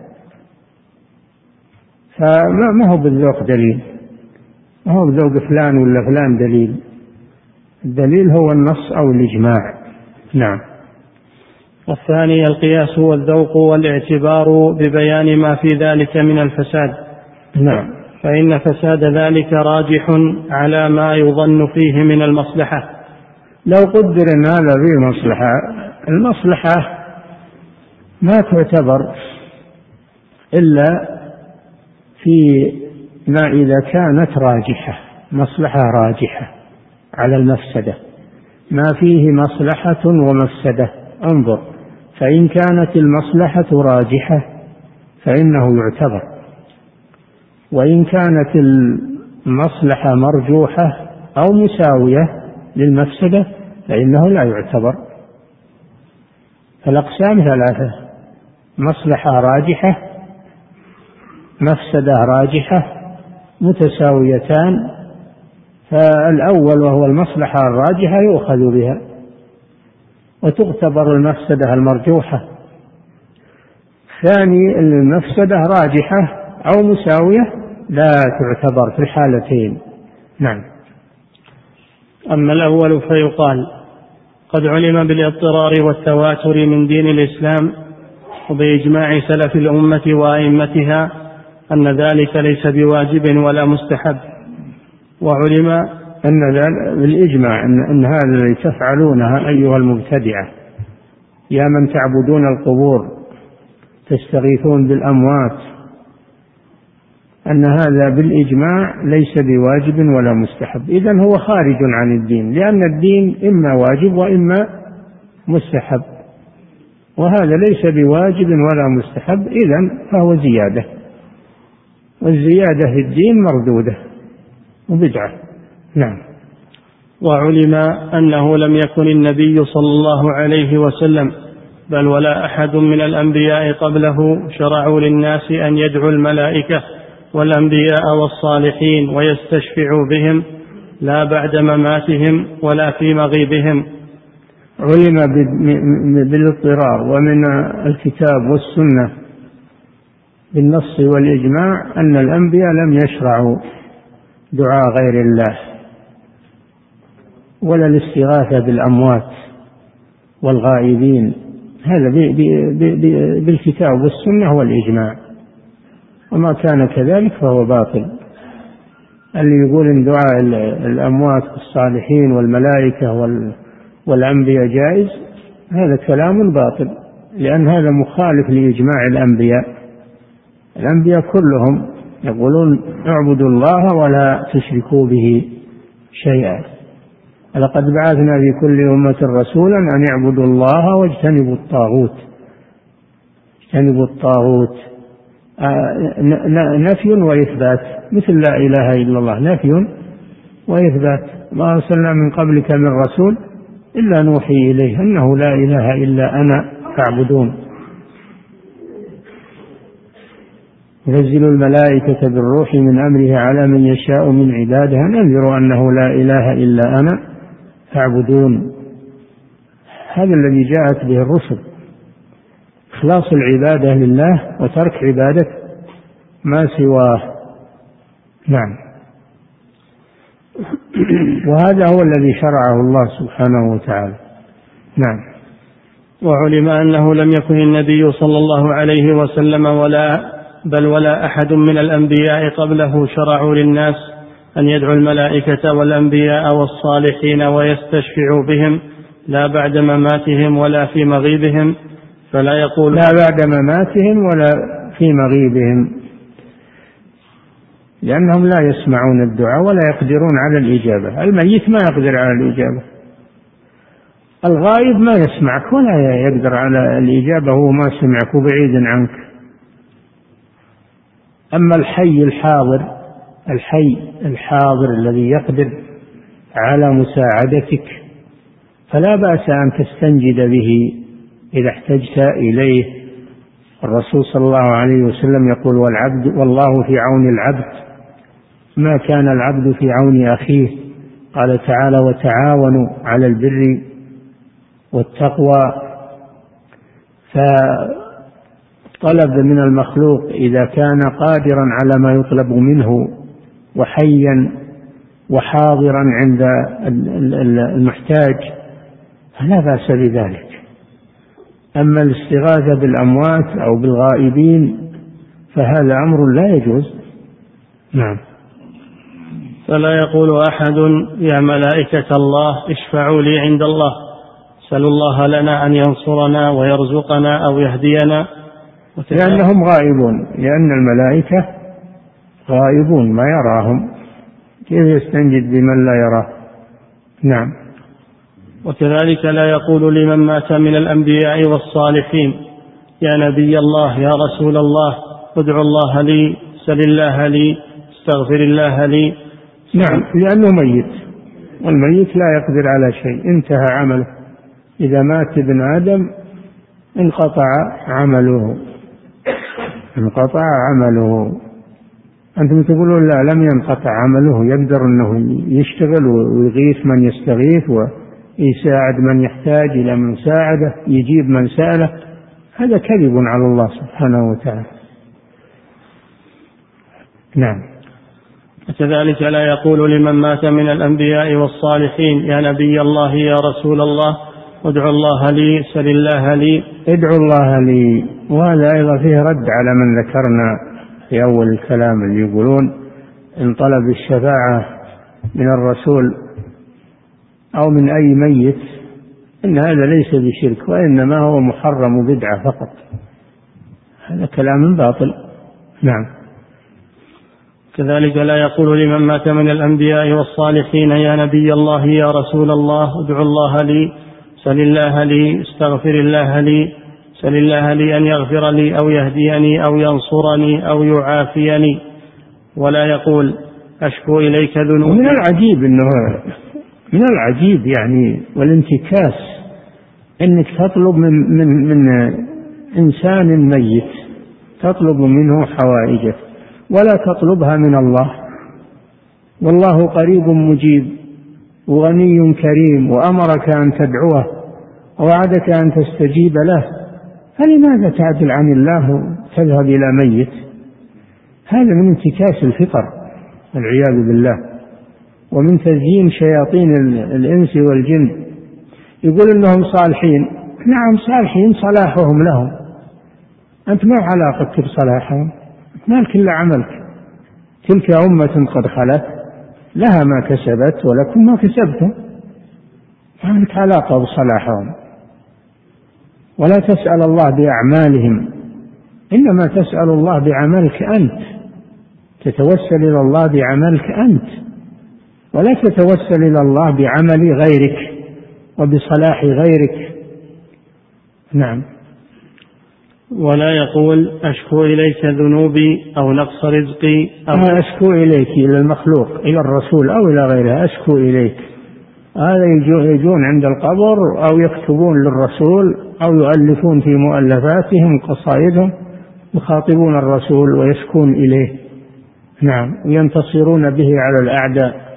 فما هو بالذوق دليل، ما هو بذوق فلان ولا فلان دليل. الدليل هو النص أو الإجماع. نعم. والثاني القياس والذوق والاعتبار ببيان ما في ذلك من الفساد. نعم. فإن فساد ذلك راجح على ما يظن فيه من المصلحة. لو قدر أن هذا فيه مصلحة، المصلحة ما تعتبر إلا في ما إذا كانت راجحة، مصلحة راجحة على المفسدة، ما فيه مصلحة ومفسدة. انظر، فإن كانت المصلحة راجحة فإنه يعتبر، وإن كانت المصلحة مرجوحة أو مساوية للمفسدة فإنه لا يعتبر. فالأقسام ثلاثة: مصلحة راجحة، مفسدة راجحة، متساويتان. فالأول وهو المصلحة الراجحة يؤخذ بها وتعتبر المفسدة المرجوحة. ثاني، المفسدة راجحة أو مساوية لا تعتبر في الحالتين. نعم. أما الأول فيقال: قد علم بالاضطرار والتواتر من دين الإسلام وبإجماع سلف الأمة وأئمتها أن ذلك ليس بواجب ولا مستحب. وعلم أن بالإجماع أن هذا الذي تفعلونه أيها المبتدعة، يا من تعبدون القبور تستغيثون بالأموات، أن هذا بالإجماع ليس بواجب ولا مستحب. إذن هو خارج عن الدين، لأن الدين إما واجب وإما مستحب، وهذا ليس بواجب ولا مستحب، إذن فهو زيادة، والزيادة في الدين مردودة وبدعة. نعم. وعلم أنه لم يكن النبي صلى الله عليه وسلم بل ولا أحد من الأنبياء قبله شرعوا للناس أن يدعوا الملائكة والأنبياء والصالحين ويستشفعوا بهم، لا بعد مماتهم ولا في مغيبهم. علم بالاضطرار ومن الكتاب والسنة بالنص والإجماع أن الأنبياء لم يشرعوا دعاء غير الله ولا الاستغاثة بالأموات والغائبين، هذا بالكتاب والسنة والإجماع، وما كان كذلك فهو باطل. اللي يقول إن دعاء الأموات الصالحين والملائكة والأنبياء جائز هذا كلام باطل، لأن هذا مخالف لإجماع الأنبياء. الأنبياء كلهم يقولون اعبدوا الله ولا تشركوا به شيئا. لقد بعثنا في كل أمة رسولا أن يعبدوا الله واجتنبوا الطاغوت. اجتنبوا الطاغوت نفي وإثبات، مثل لا إله إلا الله نفي وإثبات. ما أرسلنا من قبلك من رسول إلا نوحي إليه أنه لا إله إلا أنا فاعبدون. ينزل الملائكة بالروح من أمره على من يشاء من عباده أن ينذروا أنه لا إله إلا أنا فاعبدون. هذا الذي جاءت به الرسل، إخلاص العبادة لله وترك عبادة ما سواه. نعم. وهذا هو الذي شرعه الله سبحانه وتعالى. نعم. وعلم أنه لم يكن النبي صلى الله عليه وسلم ولا أحد من الأنبياء قبله شرعوا للناس أن يدعوا الملائكة والأنبياء والصالحين ويستشفعوا بهم، لا بعد مماتهم ولا في مغيبهم، فلا يقول لا بعد مماتهم ولا في مغيبهم، لأنهم لا يسمعون الدعاء ولا يقدرون على الإجابة. الميت ما يقدر على الإجابة، الغائب ما يسمعك ولا يقدر على الإجابة، هو ما سمعك وبعيد عنك. أما الحي الحاضر الذي يقدر على مساعدتك فلا بأس أن تستنجد به إذا احتجت إليه. الرسول صلى الله عليه وسلم يقول والله في عون العبد ما كان العبد في عون أخيه. قال تعالى وتعاونوا على البر والتقوى. فطلب من المخلوق إذا كان قادرا على ما يطلب منه وحيا وحاضرا عند المحتاج فلا بأس بذلك. أما الاستغاثة بالأموات أو بالغائبين فهذا أمر لا يجوز. نعم. فلا يقول أحد يا ملائكة الله اشفعوا لي عند الله، سلوا الله لنا أن ينصرنا ويرزقنا أو يهدينا، لأنهم غائبون، لأن الملائكة غائبون ما يراهم، كيف يستنجد بمن لا يراه؟ نعم. وكذلك لا يقول لمن مات من الأنبياء والصالحين يا نبي الله يا رسول الله ادعو الله لي سل الله لي استغفر الله لي. نعم، لأنه ميت، والميت لا يقدر على شيء، انتهى عمله. إذا مات ابن آدم انقطع عمله. أنتم تقولون لا لم ينقطع عمله، يقدر أنه يشتغل ويغيث من يستغيث ويساعد من يحتاج إلى مساعدة، يجيب من سأله. هذا كذب على الله سبحانه وتعالى. نعم. وكذلك لا يقول لمن مات من الأنبياء والصالحين يا نبي الله يا رسول الله ادعو الله لي سل الله لي. ادعو الله لي، وهذا أيضا فيه رد على من ذكرنا في أول الكلام اللي يقولون إن طلب الشفاعة من الرسول أو من أي ميت إن هذا ليس بشرك، وإنما هو محرم بدعة فقط. هذا كلام باطل. نعم. كذلك لا يقول لمن مات من الأنبياء والصالحين يا نبي الله يا رسول الله ادعو الله لي سل الله لي استغفر الله لي سل الله لي أن يغفر لي أو يهديني أو ينصرني أو يعافيني، ولا يقول أشكو إليك ذنوبي. من العجيب يعني والانتكاس أنك تطلب من إنسان ميت، تطلب منه حوائجك ولا تطلبها من الله، والله قريب مجيب وغني كريم وأمرك أن تدعوه ووعدك أن تستجيب له، فلماذا تعدل عن الله وتذهب إلى ميت؟ هذا من انتكاس الفطر والعياذ بالله، ومن تزيين شياطين الإنس والجن. يقول إنهم صالحين، نعم صالحين صلاحهم لهم، أنت ما علاقتك بصلاحهم، مالك إلا عملك. تلك أمة قد خلت لها ما كسبت ولكم ما كسبتم، ما لك علاقة بصلاحهم. ولا تسأل الله بأعمالهم، إنما تسأل الله بعملك أنت، تتوسل إلى الله بعملك أنت، ولا تتوسل إلى الله بعمل غيرك وبصلاح غيرك. نعم. ولا يقول أشكو إليك ذنوبي أو نقص رزقي أو أشكو إليك إلى المخلوق، إلى الرسول أو إلى غيره، أشكو إليك. هذا يجون عند القبر أو يكتبون للرسول أو يؤلفون في مؤلفاتهم قصائدهم يخاطبون الرسول ويشكون إليه. نعم. وينتصرون به على الأعداء.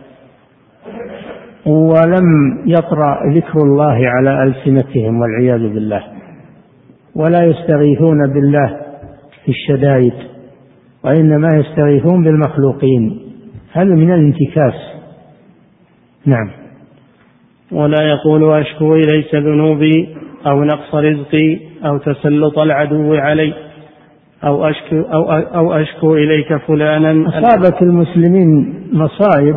ولم يطرأ ذكر الله على ألسنتهم والعياذ بالله، ولا يستغيثون بالله في الشدائد، وإنما يستغيثون بالمخلوقين. هذا من الانتكاس. نعم. ولا يقول أشكو إليك ذنوبي أو نقص رزقي أو تسلط العدو علي أو أشكو إليك فلانا. أصابت المسلمين مصائب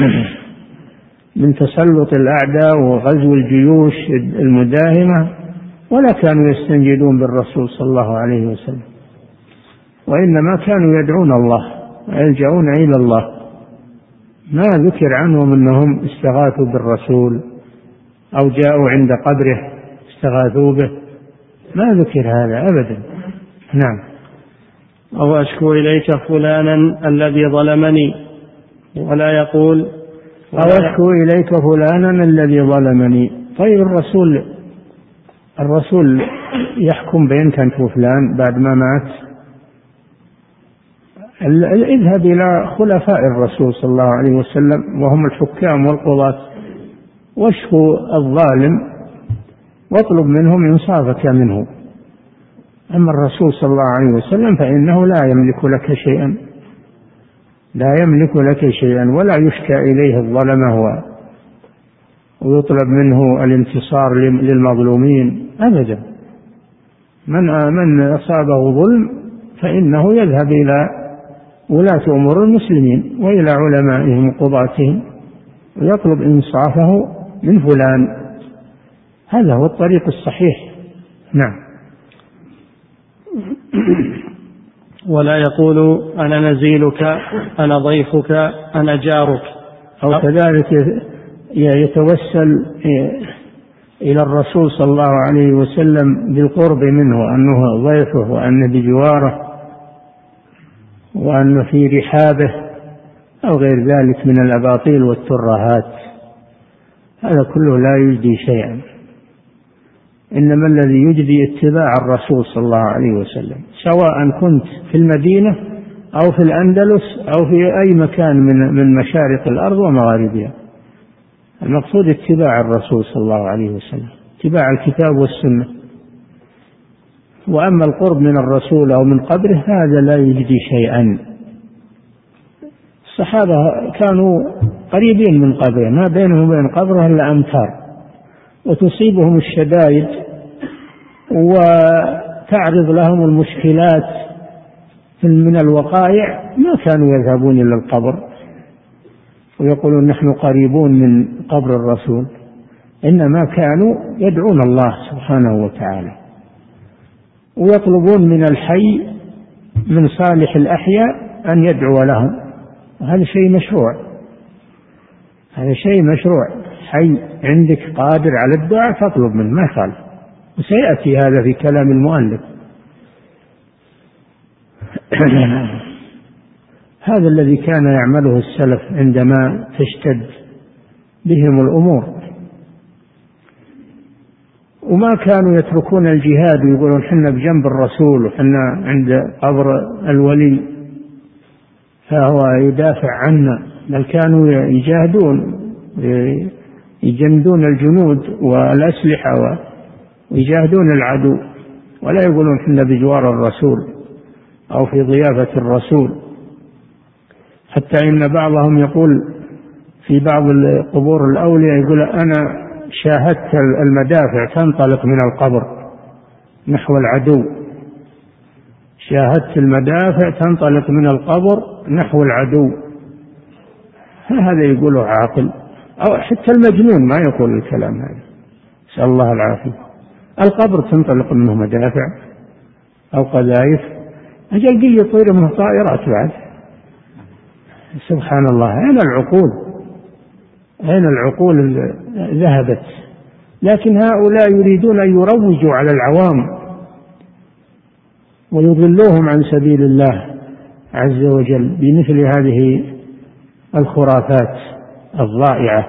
من تسلط الأعداء وغزو الجيوش المداهمة، ولا كانوا يستنجدون بالرسول صلى الله عليه وسلم، وإنما كانوا يدعون الله ويلجؤون إلى الله. ما ذكر عنهم أنهم استغاثوا بالرسول أو جاءوا عند قبره استغاثوا به، ما ذكر هذا أبدا. نعم. أو أشكو إليك فلانا الذي ظلمني. ولا يقول أو أشكو إليك فلانا الذي ظلمني. طيب الرسول يحكم بينك أنت وفلان بعد ما مات؟ اذهب إلى خلفاء الرسول صلى الله عليه وسلم وهم الحكام والقضاة واشكو الظالم واطلب منهم إنصافك منه. أما الرسول صلى الله عليه وسلم فإنه لا يملك لك شيئا، لا يملك لك شيئا، ولا يشكى إليه الظلمة ويطلب منه الانتصار للمظلومين أبدا. من أصابه ظلم فإنه يذهب إلى ولاة أمور المسلمين وإلى علمائهم وقضاتهم ويطلب إنصافه من فلان. هذا هو الطريق الصحيح. نعم. ولا يقول أنا نزيلك أنا ضيفك أنا جارك. أو كذلك يتوسل إلى الرسول صلى الله عليه وسلم بالقرب منه، أنه ضيفه وأنه بجواره وأنه في رحابه أو غير ذلك من الأباطيل والترهات. هذا كله لا يجدي شيئا، إنما الذي يجدي اتباع الرسول صلى الله عليه وسلم، سواء كنت في المدينة أو في الأندلس أو في أي مكان من مشارق الأرض ومغاربها. المقصود اتباع الرسول صلى الله عليه وسلم، اتباع الكتاب والسنة. وأما القرب من الرسول أو من قبره هذا لا يجدي شيئا. الصحابة كانوا قريبين من قبره، ما بينهم وبين قبره إلا أمتار، وتصيبهم الشدائد وتعرض لهم المشكلات من الوقائع، ما كانوا يذهبون إلى القبر ويقولون نحن قريبون من قبر الرسول، إنما كانوا يدعون الله سبحانه وتعالى ويطلبون من الحي من صالح الأحياء أن يدعو لهم. هذا شيء مشروع، هذا شيء مشروع. حي عندك قادر على الدعاء فاطلب منه، ما يخالف، وسيأتي هذا في كلام المؤلف. هذا الذي كان يعمله السلف عندما تشتد بهم الأمور، وما كانوا يتركون الجهاد ويقولون حنا بجنب الرسول وحنا عند قبر الولي فهو يدافع عنا، بل كانوا يجاهدون يجندون الجنود والأسلحة ويجاهدون العدو، ولا يقولون حنا بجوار الرسول أو في ضيافة الرسول. حتى إن بعضهم يقول في بعض قبور الأولياء يقول أنا شاهدت المدافع تنطلق من القبر نحو العدو، شاهدت المدافع تنطلق من القبر نحو العدو، هذا يقوله عاقل، أو حتى المجنون ما يقول الكلام هذا، نسأل الله العافية. القبر تنطلق منه مدافع أو قذائف، أجل قل يطير منه طائرات بعد. سبحان الله، أين العقول؟ أين العقول ذهبت؟ لكن هؤلاء يريدون أن يروجوا على العوام ويضلوهم عن سبيل الله عز وجل بمثل هذه الخرافات الضائعة.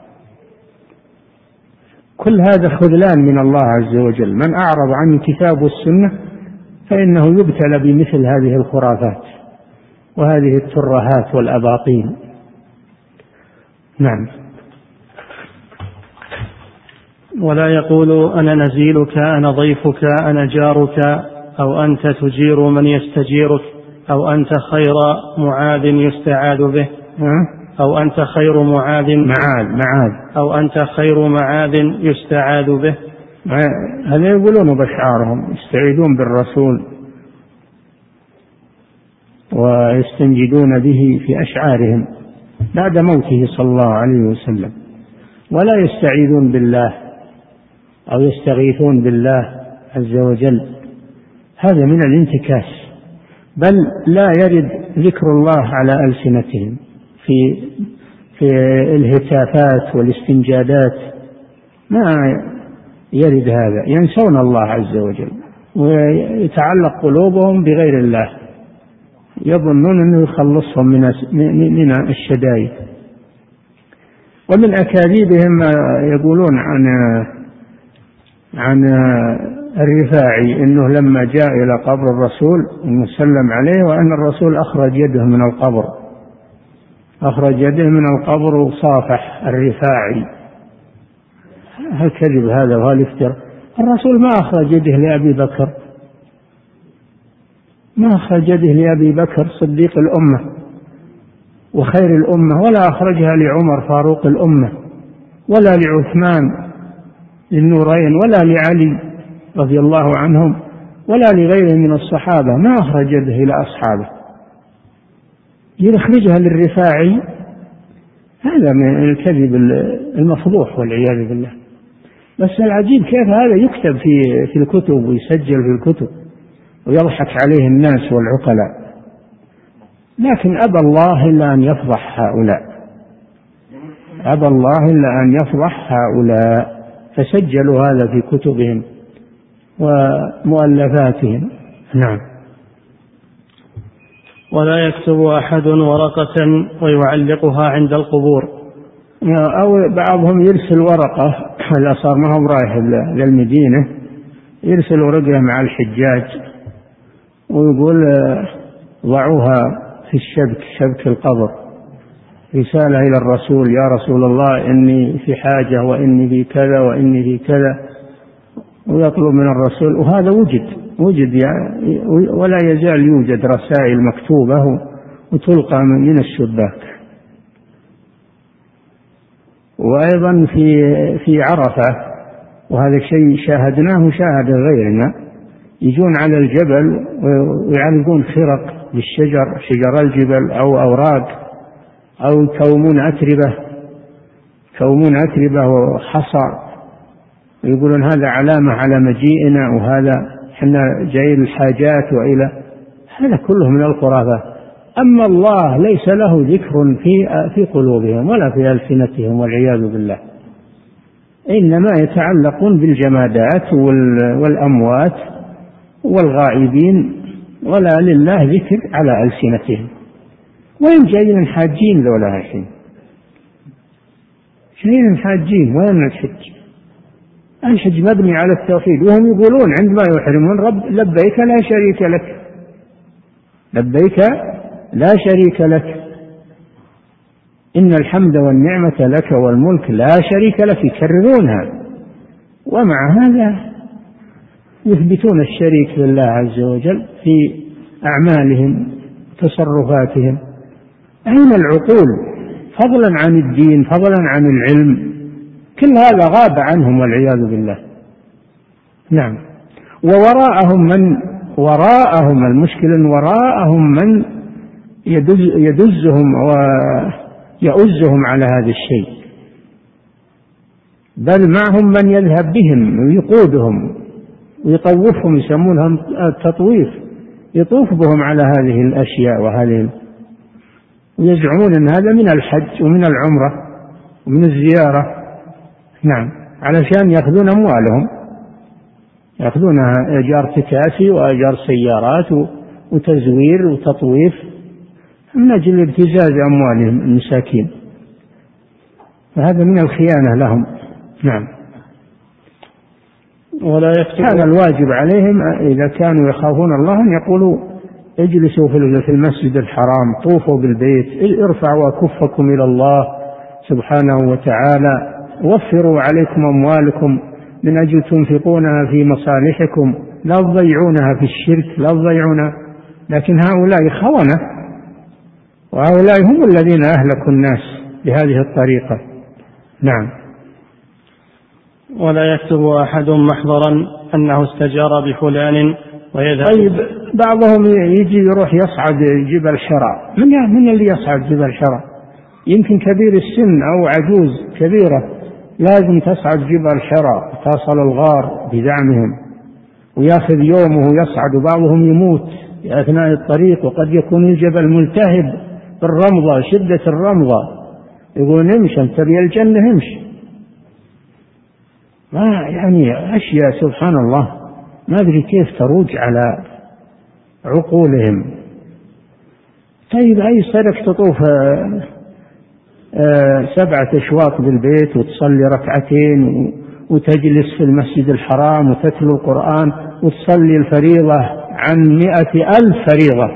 كل هذا خذلان من الله عز وجل. من أعرض عن الكتاب والسنة فإنه يبتلى بمثل هذه الخرافات وهذه الترهات والأباطيل. نعم. ولا يقول أنا نزيلك، أنا ضيفك، أنا جارك، أو أنت تجير من يستجيرك، أو أنت خير معاذ يستعاذ به، أو أنت خير معاذ أو أنت خير معاذ يستعاذ به. هذا يقولون بأشعارهم، يستعيذون بالرسول ويستنجدون به في أشعارهم بعد موته صلى الله عليه وسلم، ولا يستعيذون بالله أو يستغيثون بالله عز وجل. هذا من الانتكاس، بل لا يرد ذكر الله على ألسنتهم في الهتافات والاستنجادات، ما يرد هذا. ينسون الله عز وجل ويتعلق قلوبهم بغير الله، يظنون أنه يخلصهم من الشدائد. ومن أكاذيبهم ما يقولون عن الرفاعي إنه لما جاء إلى قبر الرسول إنه سلم عليه، وأن الرسول أخرج يده من القبر وصافح الرفاعي. هالكذب هذا وهالافتراء. الرسول ما أخرج يده لأبي بكر، ما أخرج يده لأبي بكر صديق الأمة وخير الأمة، ولا أخرجها لعمر فاروق الأمة، ولا لعثمان النورين، ولا لعلي رضي الله عنهم، ولا لغيره من الصحابة. ما أخرج يده إلى أصحابه، يخرجها للرفاعي. هذا من الكذب المفضوح والعياذ بالله. بس العجيب كيف هذا يكتب في الكتب ويسجل في الكتب ويضحك عليه الناس والعقلاء. لكن أبى الله إلا أن يفضح هؤلاء، فسجلوا هذا في كتبهم ومؤلفاتهم. نعم. ولا يكتب أحد ورقة ويعلقها عند القبور، أو بعضهم يرسل ورقة، هذا صار ما هو رايح للمدينة، يرسل ورقة مع الحجاج ويقول ضعوها في شبك القبر، رسالة إلى الرسول: يا رسول الله إني في حاجة، وإني في كذا، وإني في كذا، ويطلب من الرسول. وهذا وجد يعني، ولا يزال يوجد رسائل مكتوبة وتلقى من الشباك. وأيضا في عرفة، وهذا الشيء شاهدناه وشاهد غيرنا، يجون على الجبل ويعلقون خرق بالشجر، شجر الجبل أو أوراق، أو يكومون أتربة وحصى، ويقولون هذا علامة على مجيئنا، وهذا حنا جايين الحاجات وإلى. هذا كله من الخرافات. أما الله ليس له ذكر في قلوبهم ولا في ألسنتهم والعياذ بالله، إنما يتعلقون بالجمادات والأموات والغائبين، ولا لله ذكر على ألسنتهم. وين جايين حاجين ذولا؟ جايين حاجين، وين الحج؟ الحج مبني على التوحيد، وهم يقولون عندما يحرمون: رب لبيك لا شريك لك، لبيك لا شريك لك، إن الحمد والنعمة لك والملك لا شريك لك. يكررونها، ومع هذا يثبتون الشريك لله عز وجل في أعمالهم تصرفاتهم. أين العقول؟ فضلا عن الدين، فضلا عن العلم، كل هذا غاب عنهم والعياذ بالله. نعم. ووراءهم المشكلة وراءهم من يدزهم ويؤزهم على هذا الشيء، بل معهم من يذهب بهم ويقودهم ويطوفهم، يسمونهم التطويف، يطوف بهم على هذه الأشياء ويزعمون أن هذا من الحج ومن العمرة ومن الزيارة. نعم، علشان يأخذون أموالهم، يأخذونها أجار تكاسي وأجار سيارات وتزوير وتطويف من أجل ابتزاز أموالهم المساكين، فهذا من الخيانة لهم. نعم. ولا كان الواجب عليهم إذا كانوا يخافون الله أن يقولوا اجلسوا في المسجد الحرام، طوفوا بالبيت، ارفعوا أكفكم إلى الله سبحانه وتعالى، وفروا عليكم أموالكم من أجل تنفقونها في مصالحكم، لا تضيعونها في الشرك، لا تضيعونها. لكن هؤلاء خونة، وهؤلاء هم الذين أهلكوا الناس بهذه الطريقة. نعم. ولا يكتب أحد محضرا أنه استجار بفلان ويذهب. طيب، بعضهم يجي يروح يصعد جبل حراء. من اللي يصعد جبل حراء؟ يمكن كبير السن أو عجوز كبيرة، لازم تصعد جبل حراء، تصل الغار بدعمهم ويأخذ يومه يصعد، وبعضهم يموت في أثناء الطريق، وقد يكون الجبل ملتهب بالرمضة، شدة الرمضة، يقول امشي أنت تبي الجنة امشي. ما يعني أشياء سبحان الله ما أدري كيف تروج على عقولهم. طيب، أي صدق تطوف 7 أشواط بالبيت وتصلي ركعتين وتجلس في المسجد الحرام وتتلو القرآن وتصلي الفريضة عن 100,000 فريضة،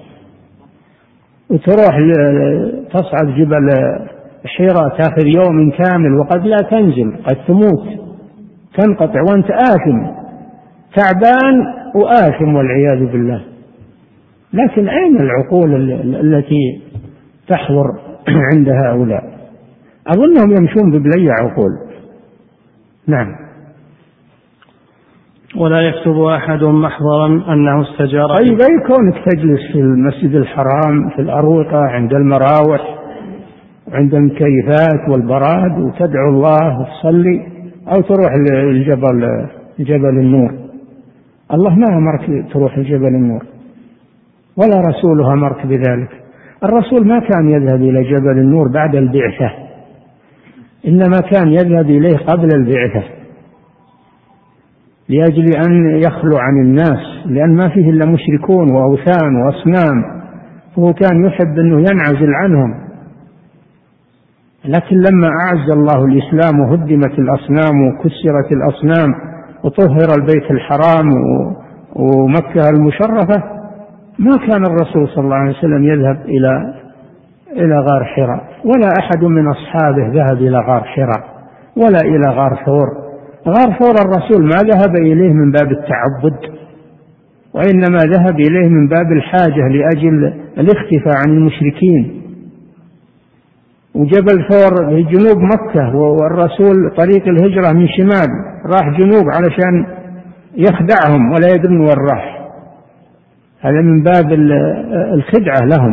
وتروح تصعد جبل حراء تأخذ يوم كامل، وقد لا تنزل، قد تموت تنقطع وأنت آثم تعبان وآثم والعياذ بالله. لكن أين العقول التي تحضر عند هؤلاء؟ أظنهم يمشون ببلي عقول. نعم. ولا يكتب أحد محضرا أنه استجار. طيب، أي كونك تجلس في المسجد الحرام في الأروقة عند المراوح عند المكيفات والبراد وتدعو الله وتصلي، أو تروح جبل النور؟ الله ما أمرك تروح جبل النور، ولا رسوله أمرك بذلك. الرسول ما كان يذهب إلى جبل النور بعد البعثة، إنما كان يذهب إليه قبل البعثة لأجل أن يخلو عن الناس، لأن ما فيه إلا مشركون وأوثان وأصنام، فهو كان يحب أنه ينعزل عنهم. لكن لما أعز الله الإسلام وهدمت الأصنام وكسرت الأصنام وطهر البيت الحرام ومكة المشرفة، ما كان الرسول صلى الله عليه وسلم يذهب إلى غار حراء، ولا أحد من أصحابه ذهب إلى غار حراء ولا إلى غار ثور. غار ثور الرسول ما ذهب إليه من باب التعبد، وإنما ذهب إليه من باب الحاجة لأجل الاختفاء عن المشركين. وجبل ثور في جنوب مكة، والرسول طريق الهجرة من شمال راح جنوب علشان يخدعهم ولا يدرون وين راح، هذا من باب الخدعة لهم.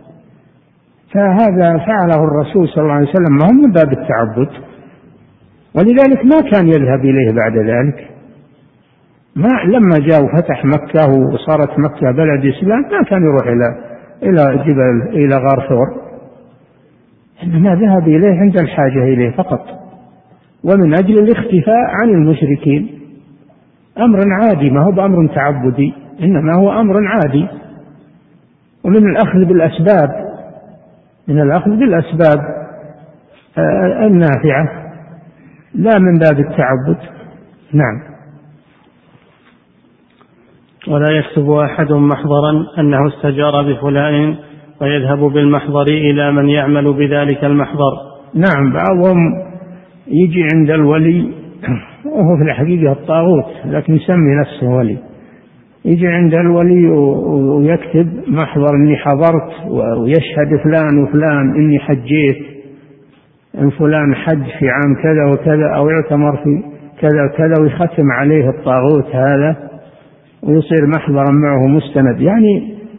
فهذا فعله الرسول صلى الله عليه وسلم ما هو من باب التعبد، ولذلك ما كان يذهب إليه بعد ذلك. لما جاء وفتح مكة وصارت مكة بلد إسلام ما كان يروح إلى غار ثور، إنما ذهب إليه عند الحاجة إليه فقط، ومن أجل الاختفاء عن المشركين. أمر عادي، ما هو بأمر تعبدي، إنما هو أمر عادي، ومن الأخذ بالأسباب، من الأخذ بالأسباب النافعة، لا من باب التعبد. نعم. ولا يكتب أحد محضرا أنه استجار بفلان ويذهب بالمحضر إلى من يعمل بذلك المحضر. نعم، بعضهم يجي عند الولي وهو في الحقيقة الطاغوت لكن يسمي نفسه ولي، يجي عند الولي ويكتب محضر إني حضرت، ويشهد فلان وفلان إني حجيت، إن فلان حج في عام كذا وكذا أو يعتمر في كذا وكذا، ويختم عليه الطاغوت هذا ويصير محضرا معه مستند. يعني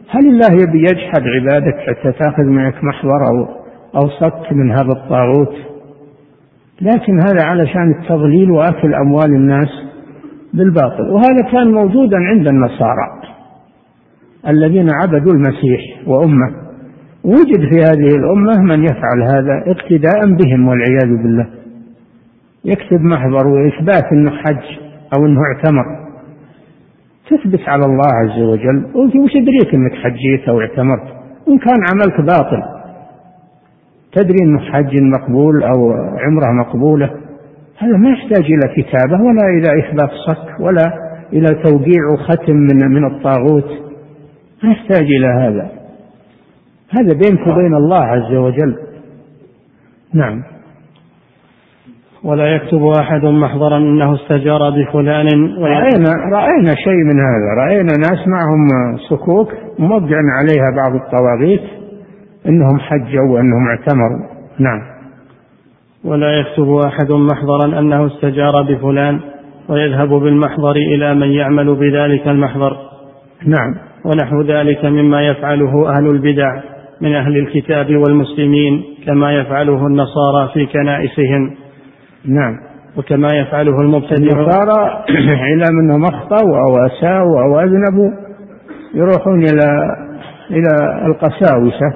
هل الله يبي يجحد عبادك حتى تأخذ معك محضر أو صك من هذا الطاغوت؟ لكن هذا علشان التضليل وأكل أموال الناس بالباطل. وهذا كان موجودا عند النصارى الذين عبدوا المسيح وأمه، وجد في هذه الأمة من يفعل هذا اقتداء بهم والعياذ بالله، يكتب محضر وإثبات أنه حج أو أنه اعتمر، تثبت على الله عز وجل، وش يدريك أنك حجيت أو اعتمرت إن كان عملك باطل؟ تدري أنه حج مقبول أو عمره مقبولة؟ هذا ما يحتاج إلى كتابة ولا إلى إثبات صك ولا إلى توقيع ختم من الطاغوت، ما يحتاج إلى هذا. هذا بينك وبين الله عز وجل. نعم. ولا يكتب أحد محضرا أنه استجار بفلان. رأينا شيء من هذا، رأينا ناس معهم صكوك موقع عليها بعض الطواغيت إنهم حجوا وأنهم اعتمروا. نعم. ولا يكتب أحد محضرا أنه استجار بفلان ويذهب بالمحضر إلى من يعمل بذلك المحضر. نعم. ونحو ذلك مما يفعله أهل البدع من أهل الكتاب والمسلمين، كما يفعله النصارى في كنائسهم. نعم. وكما يفعله المبتدعون. النصارى إلى منهم أخطأوا أو أساءوا أو أذنبوا يروحون إلى القساوسة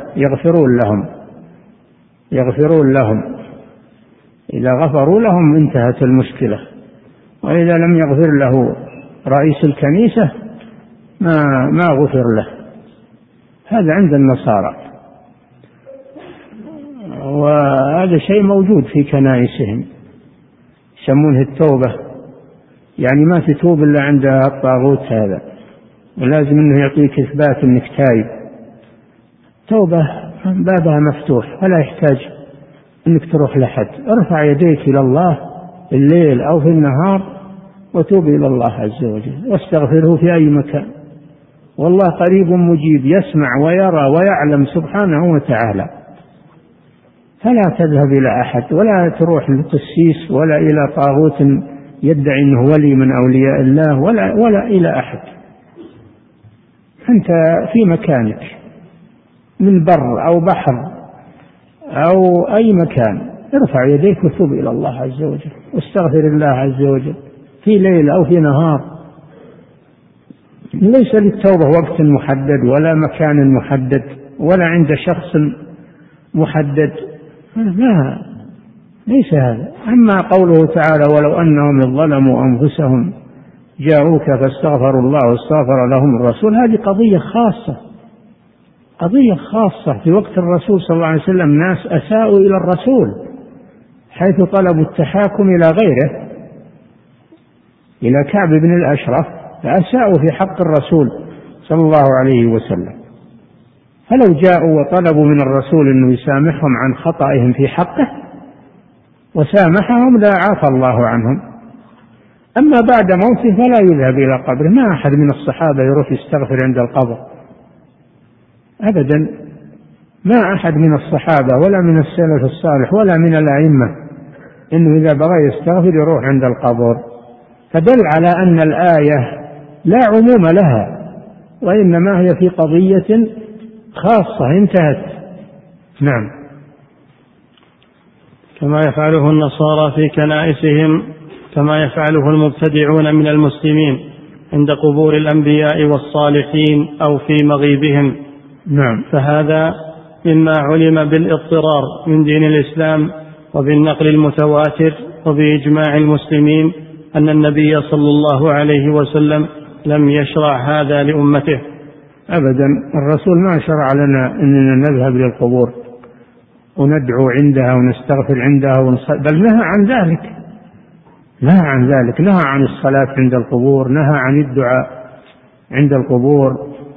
يغفرون لهم، إذا غفروا لهم انتهت المشكلة، وإذا لم يغفر له رئيس الكنيسة ما غفر له. هذا عند النصارى، وهذا شيء موجود في كنائسهم يسمونه التوبة، يعني ما تتوب إلا عند الطاغوت هذا، ولازم أنه يعطيك إثبات أنك تايب. توبة بابها مفتوح ولا يحتاج أنك تروح لحد، ارفع يديك إلى الله الليل أو في النهار وتوب إلى الله عز وجل واستغفره في أي مكان، والله قريب مجيب، يسمع ويرى ويعلم سبحانه وتعالى. فلا تذهب إلى أحد ولا تروح للقسيس ولا إلى طاغوت يدعي أنه ولي من أولياء الله ولا إلى أحد. أنت في مكانك من بر أو بحر أو أي مكان، ارفع يديك وتوب إلى الله عز وجل واستغفر الله عز وجل في ليل أو في نهار. ليس للتوبة وقت محدد ولا مكان محدد ولا عند شخص محدد، لا، ليس هذا. أما قوله تعالى ولو أنهم ظلموا أنفسهم جاءوك فاستغفروا الله واستغفر لهم الرسول، هذه قضية خاصة في وقت الرسول صلى الله عليه وسلم. ناس أساءوا إلى الرسول حيث طلبوا التحاكم إلى غيره، إلى كعب بن الأشرف، فأساءوا في حق الرسول صلى الله عليه وسلم. فلو جاءوا وطلبوا من الرسول أنه يسامحهم عن خطئهم في حقه وسامحهم لا عفى الله عنهم. أما بعد موته فلا يذهب إلى قبره، ما أحد من الصحابة يروح يستغفر عند القبر أبدا، ما أحد من الصحابة ولا من السلف الصالح ولا من الأئمة إنه إذا بغى يستغفر يروح عند القبر. فدل على أن الآية لا عموم لها، وإنما هي في قضية خاصة انتهت. نعم. كما يفعله النصارى في كنائسهم، كما يفعله المبتدعون من المسلمين عند قبور الأنبياء والصالحين أو في مغيبهم. نعم. فهذا مما علم بالاضطرار من دين الإسلام وبالنقل المتواتر وبإجماع المسلمين أن النبي صلى الله عليه وسلم لم يشرع هذا لأمته أبدا. الرسول ما شرع لنا أننا نذهب للقبور وندعو عندها ونستغفر عندها بل نهى عن ذلك، نهى عن الصلاة عند القبور، نهى عن الدعاء عند القبور،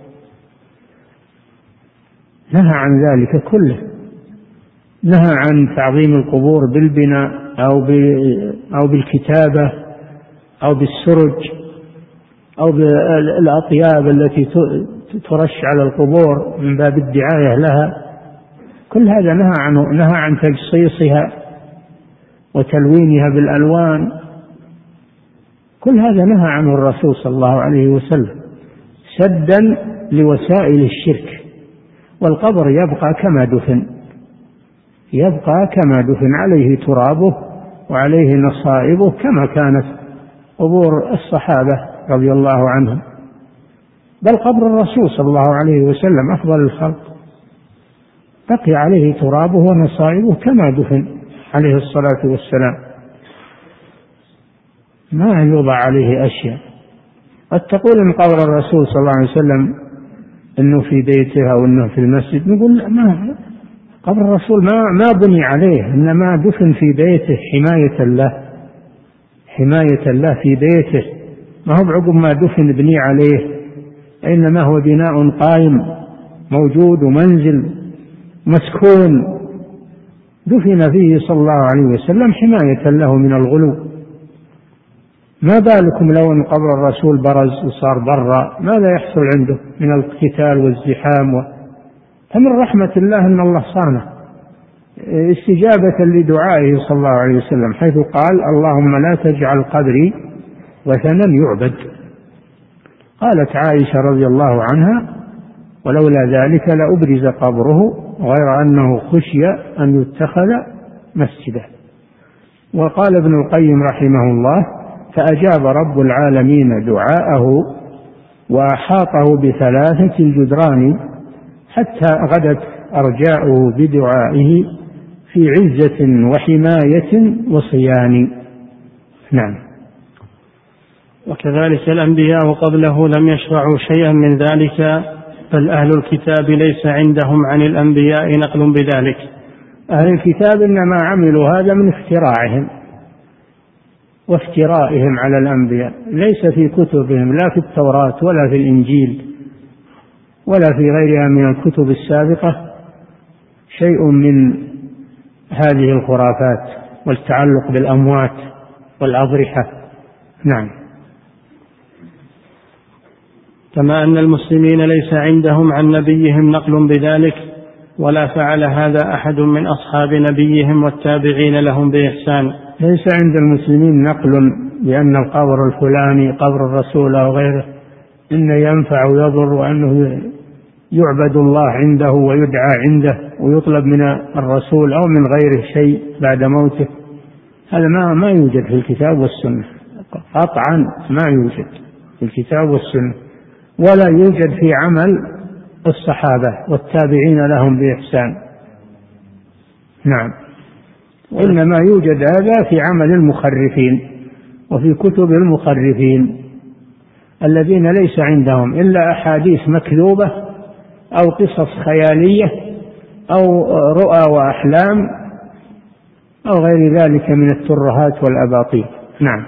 نهى عن ذلك كله. نهى عن تعظيم القبور بالبناء أو بالكتابة أو بالسرج أو بالأطياب التي ترش على القبور من باب الدعاية لها. كل هذا نهى عنه. نهى عن تجصيصها وتلوينها بالألوان، كل هذا نهى عنه الرسول صلى الله عليه وسلم سدا لوسائل الشرك، والقبر يبقى كما دفن عليه ترابه وعليه نصائبه كما كانت قبور الصحابة رضي الله عنهم، بل قبر الرسول صلى الله عليه وسلم أفضل الخلق بقي عليه ترابه ونصائبه كما دفن عليه الصلاة والسلام، ما يوضع عليه أشياء. قد تقول إن قبر الرسول صلى الله عليه وسلم إنه في بيته أو إنه في المسجد، نقول لا، ما قبر الرسول ما بني عليه، إنما دفن في بيته حماية الله في بيته، ما هو بعقب ما دفن بني عليه، إنما هو بناء قائم موجود ومنزل مسكون دفن فيه صلى الله عليه وسلم حماية له من الغلو. ما بالكم لو أن قبر الرسول برز وصار برا، ماذا يحصل عنده من القتال والزحام فمن رحمة الله أن الله صانه استجابة لدعائه صلى الله عليه وسلم، حيث قال: اللهم لا تجعل قبري وثنا يعبد. قالت عائشة رضي الله عنها: ولولا ذلك لأبرز قبره، غير أنه خشي أن يتخذ مسجدا. وقال ابن القيم رحمه الله: فأجاب رب العالمين دعاءه وأحاطه بثلاثة الجدران حتى غدت أرجاؤه بدعائه في عزة وحماية وصيان. نعم. وكذلك الأنبياء قبله لم يشرعوا شيئا من ذلك، بل أهل الكتاب ليس عندهم عن الأنبياء نقل بذلك. أهل الكتاب إنما عملوا هذا من وافترائهم على الأنبياء، ليس في كتبهم لا في التوراة ولا في الإنجيل ولا في غيرها من الكتب السابقة شيء من هذه الخرافات والتعلق بالأموات والأضرحة. نعم. كما أن المسلمين ليس عندهم عن نبيهم نقل بذلك، ولا فعل هذا أحد من أصحاب نبيهم والتابعين لهم بإحسان. ليس عند المسلمين نقل بأن القبر الفلاني قبر الرسول أو غيره إنه ينفع ويضر، وأنه يعبد الله عنده ويدعى عنده ويطلب من الرسول أو من غيره شيء بعد موته. هذا ما يوجد في الكتاب والسنة قطعا، ما يوجد في الكتاب والسنة، ولا يوجد في عمل الصحابة والتابعين لهم بإحسان. نعم. وإنما يوجد هذا في عمل المخرفين وفي كتب المخرفين الذين ليس عندهم إلا أحاديث مكذوبة أو قصص خيالية أو رؤى وأحلام أو غير ذلك من الترهات والأباطيل. نعم.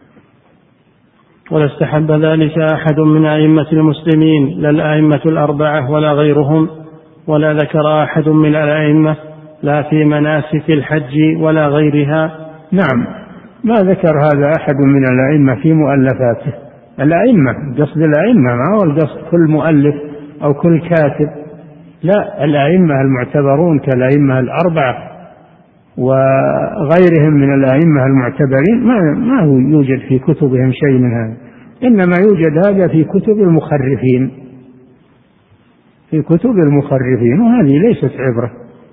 ولا استحب ذلك أحد من أئمة المسلمين، لا الأئمة الأربعة ولا غيرهم، ولا ذكر أحد من الأئمة لا في مناسك الحج ولا غيرها. نعم، ما ذكر هذا أحد من الأئمة في مؤلفاته. الأئمة قصد الأئمة، ما هو القصد كل مؤلف أو كل كاتب، لا، الأئمة المعتبرون كالأئمة الأربعة وغيرهم من الأئمة المعتبرين ما يوجد في كتبهم شيء من هذا، إنما يوجد هذا في كتب المخرفين، وهذه ليست عبرة.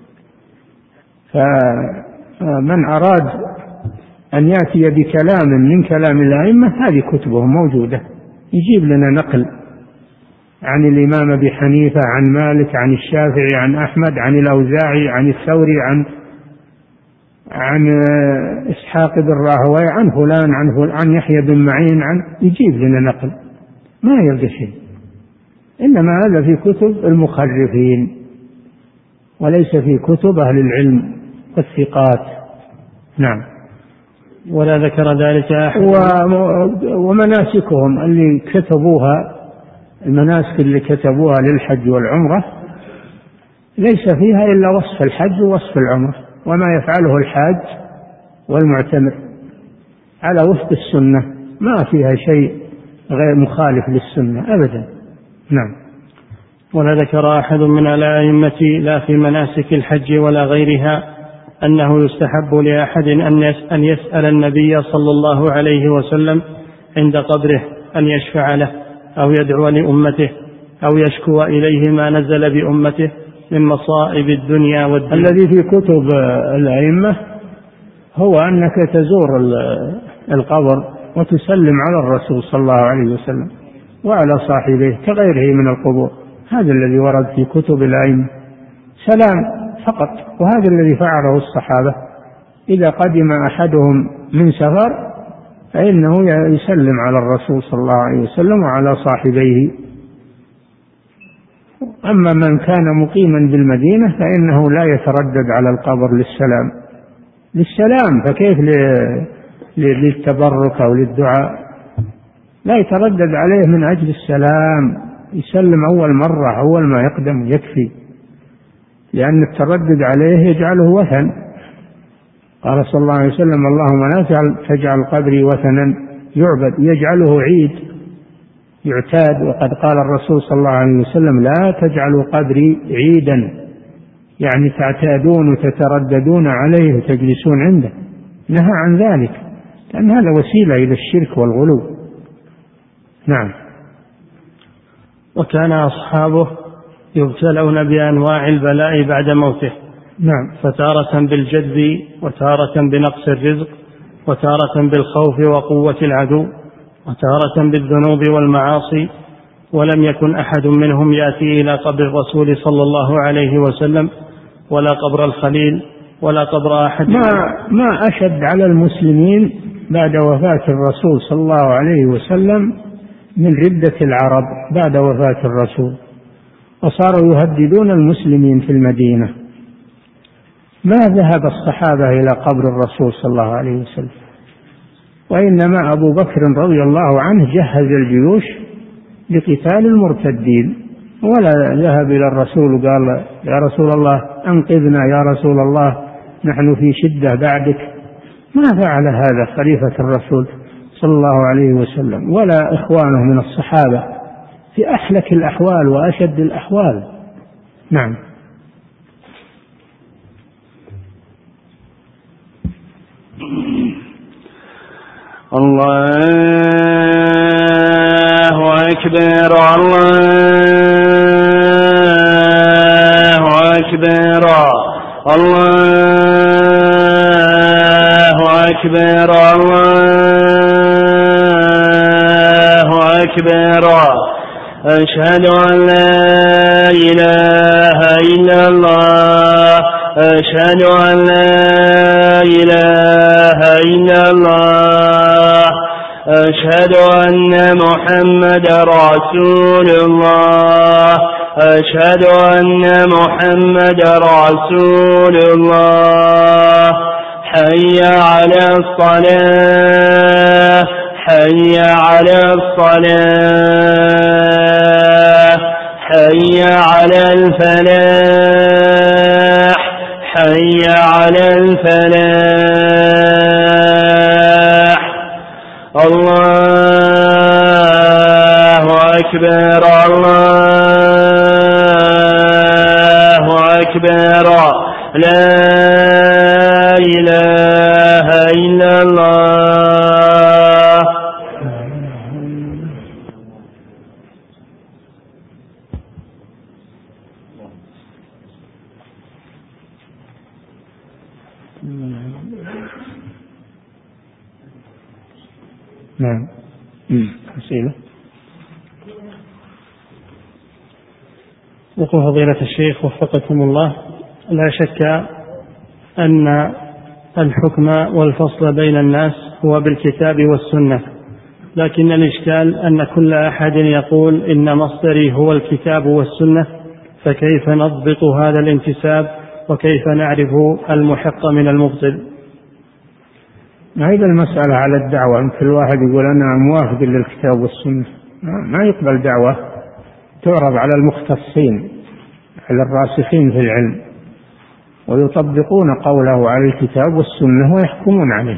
فمن أراد أن يأتي بكلام من كلام الأئمة هذه كتبهم موجودة، يجيب لنا نقل عن الإمام أبي حنيفة، عن مالك، عن الشافعي، عن أحمد، عن الأوزاعي، عن الثوري، عن إسحاق بن راهويه، عن فلان، عن يحيى بن معين، يجيب لنا نقل، ما يلقى شيء. إنما هذا في كتب المخرفين وليس في كتب أهل العلم والثقات. نعم. ولا ذكر ذلك أحد. ومناسكهم اللي كتبوها، المناسك اللي كتبوها للحج والعمرة ليس فيها إلا وصف الحج ووصف العمرة، وما يفعله الحاج والمعتمر على وفق السنة، ما فيها شيء غير مخالف للسنة أبدا. نعم. ولا ذكر أحد من الأئمة لا في مناسك الحج ولا غيرها أنه يستحب لأحد أن يسأل النبي صلى الله عليه وسلم عند قبره أن يشفع له أو يدعو لأمته، أو يشكو إليه ما نزل بأمته من مصائب الدنيا والدين. الذي في كتب الأئمة هو أنك تزور القبر وتسلم على الرسول صلى الله عليه وسلم وعلى صاحبيه كغيره من القبور، هذا الذي ورد في كتب الأئمة، سلام فقط. وهذا الذي فعله الصحابة، إذا قدم أحدهم من سفر فإنه يسلم على الرسول صلى الله عليه وسلم وعلى صاحبيه. أما من كان مقيما بالمدينة فإنه لا يتردد على القبر للسلام، فكيف للتبرك أو للدعاء؟ لا يتردد عليه من أجل السلام، يسلم أول مرة أول ما يقدم يكفي، لأن التردد عليه يجعله وثن. قال صلى الله عليه وسلم: اللهم لا تجعل قبري وثنا يعبد، يجعله عيد يعتاد. وقد قال الرسول صلى الله عليه وسلم: لا تجعلوا قبري عيدا، يعني تعتادون وتترددون عليه وتجلسون عنده. نهى عن ذلك، لأن هذا وسيلة إلى الشرك والغلو. نعم. وكان أصحابه يبتلون بأنواع البلاء بعد موته. نعم. فتارة بالجذب، وتارة بنقص الرزق، وتارة بالخوف وقوة العدو، وتارة بالذنوب والمعاصي. ولم يكن أحد منهم يأتي إلى قبر الرسول صلى الله عليه وسلم، ولا قبر الخليل، ولا قبر أحد. ما أشد على المسلمين بعد وفاة الرسول صلى الله عليه وسلم من ردة العرب بعد وفاة الرسول، وصاروا يهددون المسلمين في المدينة. ما ذهب الصحابة إلى قبر الرسول صلى الله عليه وسلم، وإنما أبو بكر رضي الله عنه جهز الجيوش لقتال المرتدين، ولا ذهب إلى الرسول وقال: يا رسول الله أنقذنا، يا رسول الله نحن في شدة بعدك. ما فعل هذا خليفة الرسول صلى الله عليه وسلم ولا إخوانه من الصحابة في أحلك الأحوال وأشد الأحوال. نعم. الله أكبر، الله أكبر، الله أكبر، الله أكبر. أشهد أن لا إله إلا الله، أشهد أن لا إله إلا الله، أشهد أن محمد رسول الله، أشهد أن محمد رسول الله. حي على الصلاة، حي على الصلاة، حي على الفلاح، حي على الفلاح. الله أكبر، الله أكبر، لا إله إلا الله. نعم. أسئلة. يقول فضيلة الشيخ وفقكم الله: لا شك أن الحكم والفصل بين الناس هو بالكتاب والسنة، لكن الإشكال أن كل أحد يقول إن مصدري هو الكتاب والسنة، فكيف نضبط هذا الانتساب وكيف نعرف المحق من المبطل؟ هذه المسألة على الدعوة، مثل واحد يقول أنا موافق للكتاب والسنة، ما يقبل دعوة تعرض على المختصين على الراسخين في العلم، ويطبقون قوله على الكتاب والسنة ويحكمون عليه،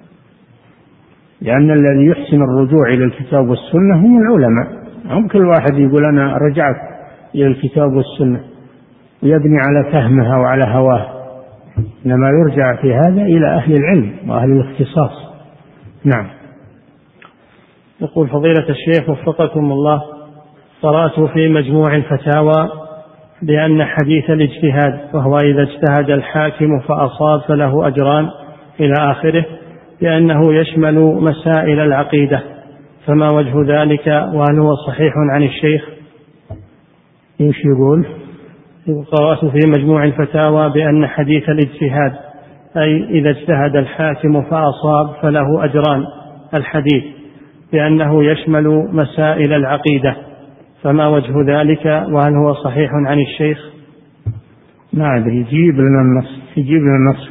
لأن الذي يحسن الرجوع إلى الكتاب والسنة هم العلماء. هم كل واحد يقول أنا رجعت إلى الكتاب والسنة ويبني على فهمها وعلى هواه، إنما يرجع في هذا إلى أهل العلم وأهل الاختصاص. نعم. يقول فضيلة الشيخ وفقكم الله: قرأت في مجموع الفتاوى بأن حديث الاجتهاد، وهو إذا اجتهد الحاكم فأصاب فله أجران إلى آخره، بأنه يشمل مسائل العقيدة، فما وجه ذلك، وهل هو صحيح عن الشيخ؟ ايش يقول؟ قرأت في مجموع الفتاوى بأن حديث الاجتهاد، أي إذا اجتهد الحاكم فأصاب فله أجران، الحديث بأنه يشمل مسائل العقيدة، فما وجه ذلك، وهل هو صحيح عن الشيخ؟ ما أدري، يجيب لنا النص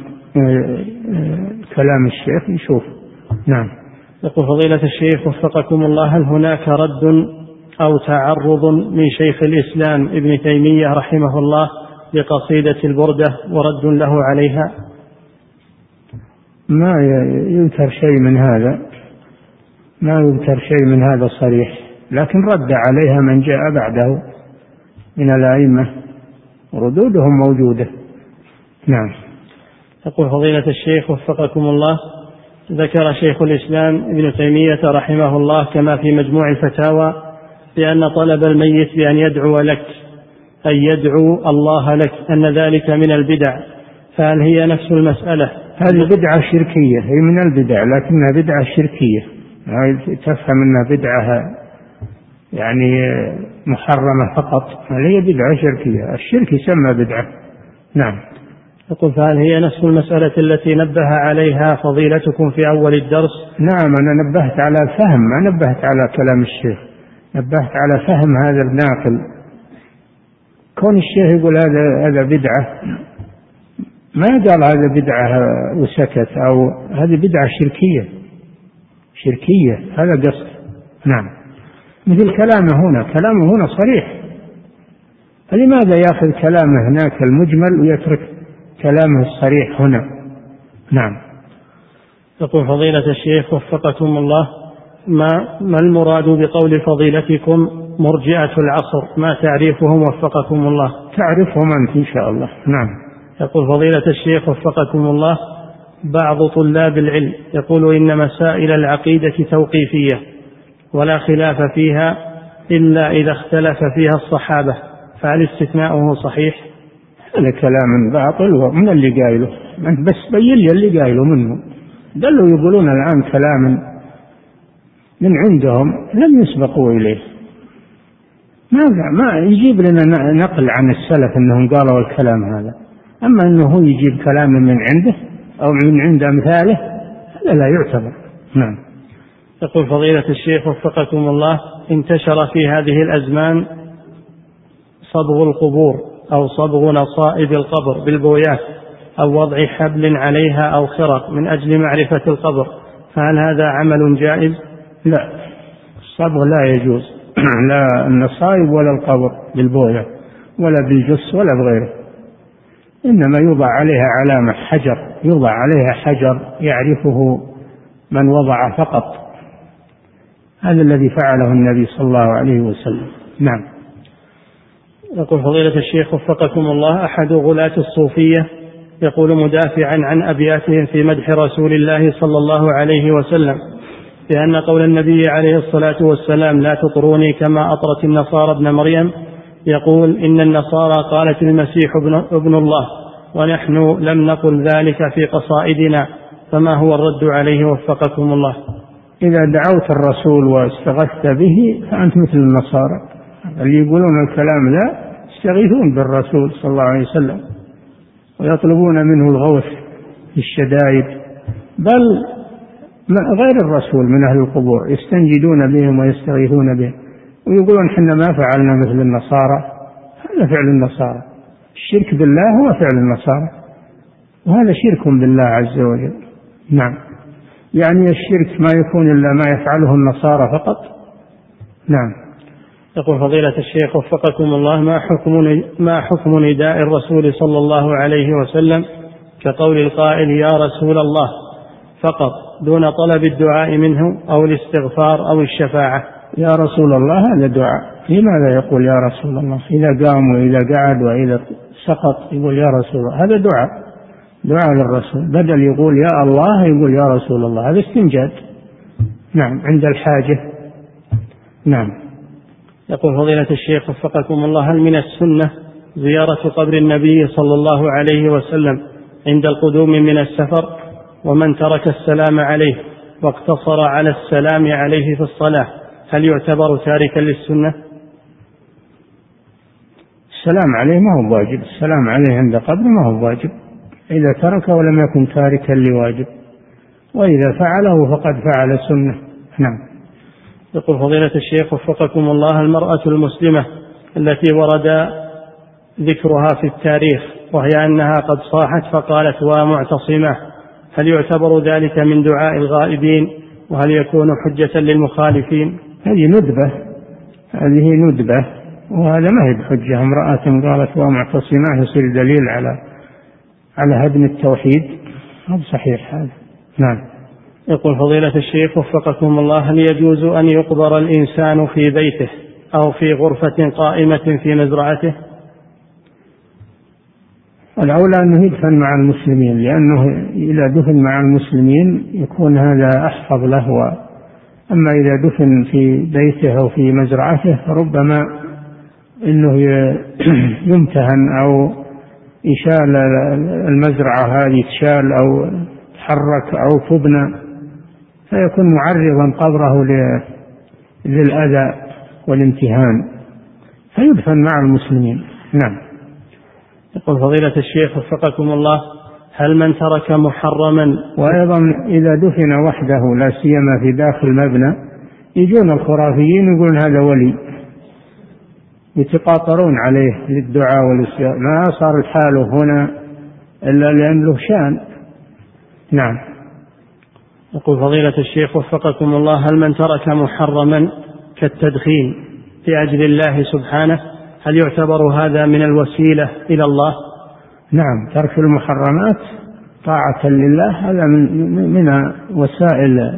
كلام الشيخ يشوف. نعم. يقول فضيلة الشيخ وفقكم الله، هل هناك رد أو تعرض من شيخ الإسلام ابن تيمية رحمه الله لقصيدة البردة ورد له عليها؟ ما يذكر شيء من هذا صريح، لكن رد عليها من جاء بعده من الأئمة، ردودهم موجودة. نعم. يقول فضيلة الشيخ وفقكم الله، ذكر شيخ الإسلام ابن تيمية رحمه الله كما في مجموع الفتاوى بأن طلب الميت بأن يدعو لك، أي يدعو الله لك، أن ذلك من البدع، فهل هي نفس المسألة؟ هذه بدعة شركية، هي من البدع لكنها بدعة شركية، تفهم أنها بدعة يعني محرمة فقط، هي بدعة شركية، الشرك يسمى بدعة. نعم. يقول فهل هي نفس المسألة التي نبه عليها فضيلتكم في أول الدرس؟ نعم، أنا نبهت على فهم، ما نبهت على كلام الشيخ، نبهت على فهم هذا الناقل. كون الشيخ يقول هذا بدعة، ما قال هذا بدعة وسكت، أو هذه بدعة شركية، هذا قصد. نعم. مثل كلامه هنا صريح، فلماذا يأخذ كلامه هناك المجمل ويترك كلامه الصريح هنا؟ نعم. يقول فضيلة الشيخ وفقكم الله، ما المراد بقول فضيلتكم مرجئة العصر؟ ما تعريفهم وفقكم الله؟ تعرفهم أنت إن شاء الله. نعم. يقول فضيلة الشيخ وفقكم الله، بعض طلاب العلم يقول إن مسائل العقيدة توقيفية ولا خلاف فيها إلا إذا اختلف فيها الصحابة، فهل استثناؤه صحيح؟ هذا كلام باطل ومن اللي قايله، بس بين لي اللي قايله منه. دلوا يقولون الآن كلام من عندهم لم يسبقوا إليه، ما يجيب لنا نقل عن السلف أنهم قالوا الكلام هذا، أما أنه هو يجيب كلام من عنده أو من عند أمثاله هذا لا يعتبر. نعم. يقول فضيلة الشيخ وفقكم الله، انتشر في هذه الأزمان صبغ القبور أو صبغ نصائب القبر بالبويات أو وضع حبل عليها أو خرق من أجل معرفة القبر، فهل هذا عمل جائز؟ لا، الصبغ لا يجوز، لا النصائب ولا القبر بالبوية ولا بالجص ولا بغيره، إنما يوضع عليها علامة حجر، يوضع عليها حجر يعرفه من وضع فقط، هذا الذي فعله النبي صلى الله عليه وسلم. نعم. يقول فضيلة الشيخ وفقكم الله، أحد غلاة الصوفية يقول مدافعا عن أبياتهم في مدح رسول الله صلى الله عليه وسلم بأن قول النبي عليه الصلاة والسلام لا تطروني كما أطرت النصارى ابن مريم، يقول إن النصارى قالت المسيح ابن الله ونحن لم نقل ذلك في قصائدنا، فما هو الرد عليه وفقكم الله؟ إذا دعوت الرسول واستغثت به فأنت مثل النصارى، اللي يقولون الكلام لا يستغيثون بالرسول صلى الله عليه وسلم ويطلبون منه الغوث في الشدائد، بل غير الرسول من أهل القبور يستنجدون بهم ويستغيثون بهم ويقولون حنا ما فعلنا مثل النصارى. هذا فعل النصارى، الشرك بالله هو فعل النصارى، وهذا شرك بالله عز وجل. نعم. يعني الشرك ما يكون إلا ما يفعله النصارى فقط. نعم. يقول فضيلة الشيخ وفقكم الله، ما حكم نداء الرسول صلى الله عليه وسلم كقول القائل يا رسول الله فقط دون طلب الدعاء منه أو الاستغفار أو الشفاعة؟ يا رسول الله هذا دعاء، لماذا يقول يا رسول الله؟ إذا قام وإذا قعد وإذا سقط يقول يا رسول الله، هذا دعاء للرسول، بدل يقول يا الله يقول يا رسول الله، هذا استنجاد. نعم، عند الحاجة. نعم. يقول فضيلة الشيخ وفقكم الله: هل من السنة زيارة قبر النبي صلى الله عليه وسلم عند القدوم من السفر، ومن ترك السلام عليه واقتصر على السلام عليه في الصلاة هل يعتبر تاركا للسنة؟ السلام عليه ما هو واجب، السلام عليه عند قبر ما هو واجب إذا تركه ولم يكن تاركا لواجب، وإذا فعله فقد فعل سنة. نعم. يقول فضيلة الشيخ وفقكم الله: المرأة المسلمة التي ورد ذكرها في التاريخ وهي أنها قد صاحت فقالت ومعتصمة، هل يعتبر ذلك من دعاء الغائبين، وهل يكون حجة للمخالفين؟ هذه ندبة وهذا ما هي بحجة. امرأة قالت ومعتصمة يصير دليل على هدم التوحيد، هذا صحيح هذا. نعم. يقول فضيلة الشيخ وفقكم الله: هل يجوز أن يقبر الإنسان في بيته أو في غرفة قائمة في مزرعته؟ الأولى أنه يدفن مع المسلمين، لأنه إذا دفن مع المسلمين يكون هذا أحفظ له. أما إذا دفن في بيته أو في مزرعته فربما أنه يمتهن أو يشال المزرعة هذه، تشال أو تحرك أو تبنى، فيكون معرضا قبره للأذى والامتهان، فيدفن مع المسلمين. نعم. يقول فضيلة الشيخ وفقكم الله: هل من ترك محرما، وأيضا إذا دفن وحده لا سيما في داخل مبنى يجون الخرافيين يقولون هذا ولي، يتقاطرون عليه للدعاء والاستغاثة، ما صار حاله هنا إلا لأن له شان. نعم. يقول فضيلة الشيخ وفقكم الله: هل من ترك محرما كالتدخين لأجل الله سبحانه هل يعتبر هذا من الوسيلة إلى الله؟ نعم، ترك المحرمات طاعة لله هذا من وسائل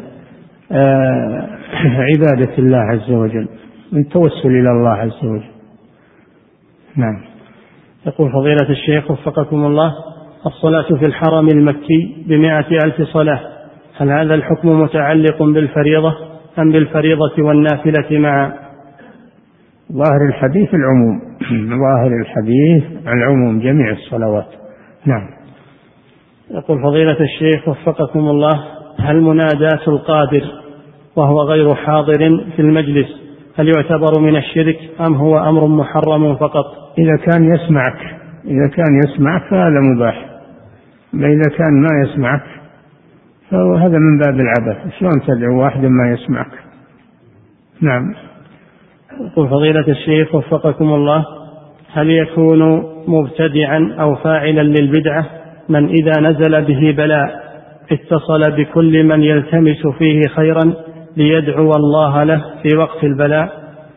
عبادة الله عز وجل، من التوسل إلى الله عز وجل. نعم. يقول فضيلة الشيخ وفقكم الله: الصلاة في الحرم المكي ب100,000 صلاة، هل هذا الحكم متعلق بالفريضة أم بالفريضة والنافلة معا؟ ظاهر الحديث العموم، ظاهر الحديث العموم جميع الصلوات. نعم. يقول فضيلة الشيخ وفقكم الله: هل مناداة القادر وهو غير حاضر في المجلس هل يعتبر من الشرك أم هو أمر محرم فقط؟ إذا كان يسمعك فهذا مباح، إذا كان ما يسمعك فهذا من باب العبث، شلون تدعو واحد ما يسمعك؟ نعم. يقول فضيلة الشيخ وفقكم الله: هل يكون مبتدعا أو فاعلا للبدعة من إذا نزل به بلاء اتصل بكل من يلتمس فيه خيرا ليدعو الله له في وقت البلاء؟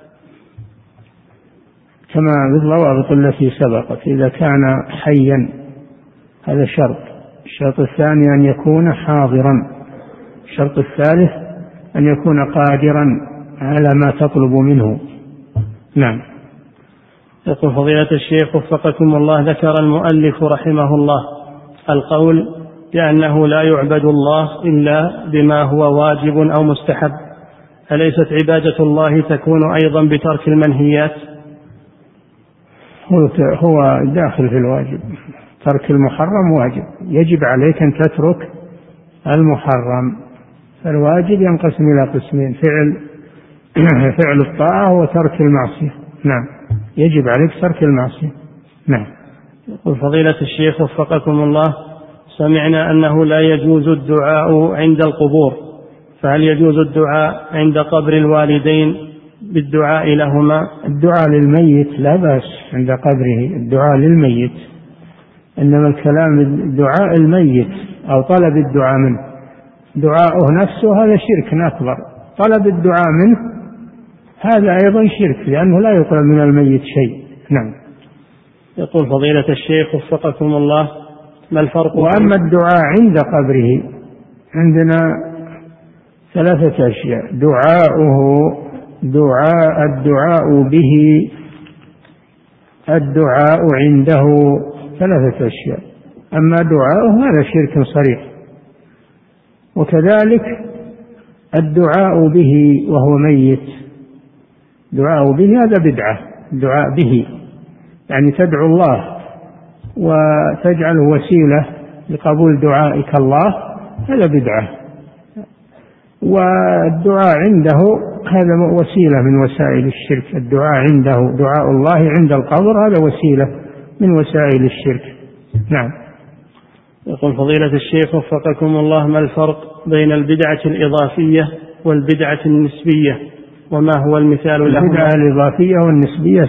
كما بالضوابط التي سبقت، إذا كان حيا هذا شرط. الشرط الثاني أن يكون حاضرا. الشرط الثالث أن يكون قادرا على ما تطلب منه. نعم. يقول فضيلة الشيخ وفقكم الله: ذكر المؤلف رحمه الله القول بأنه لا يعبد الله إلا بما هو واجب أو مستحب، أليست عبادة الله تكون أيضا بترك المنهيات؟ هو داخل في الواجب، ترك المحرم واجب، يجب عليك أن تترك المحرم. فالواجب ينقسم إلى قسمين: فعل الطاعة وترك المعصية. نعم، يجب عليك ترك المعصية. نعم. يقول فضيلة الشيخ وفقكم الله: سمعنا أنه لا يجوز الدعاء عند القبور، فهل يجوز الدعاء عند قبر الوالدين بالدعاء لهما؟ الدعاء للميت لا بأس عند قبره، الدعاء للميت، إنما الكلام دعاء الميت أو طلب الدعاء منه. دعاؤه نفسه هذا شرك أكبر، طلب الدعاء منه هذا أيضا شرك، لأنه لا يطلب من الميت شيء. نعم. يقول فضيلة الشيخ وفقكم الله: ما الفرق؟ وأما الدعاء عند قبره عندنا 3 أشياء: الدعاء به، الدعاء عنده 3 أشياء. أما دعاءه هذا شرك صريح، وكذلك الدعاء به وهو ميت دعاء به هذا بدعة. الدعاء به يعني تدعو الله وتجعله وسيلة لقبول دعائك الله، هذا بدعة. والدعاء عنده هذا وسيلة من وسائل الشرك. الدعاء عنده، دعاء الله عند القبر، هذا وسيلة من وسائل الشرك. نعم. يقول فضيلة الشيخ وفقكم الله: ما الفرق بين البدعة الإضافية والبدعة النسبية، وما هو المثال لهما؟ البدعة الإضافية والنسبية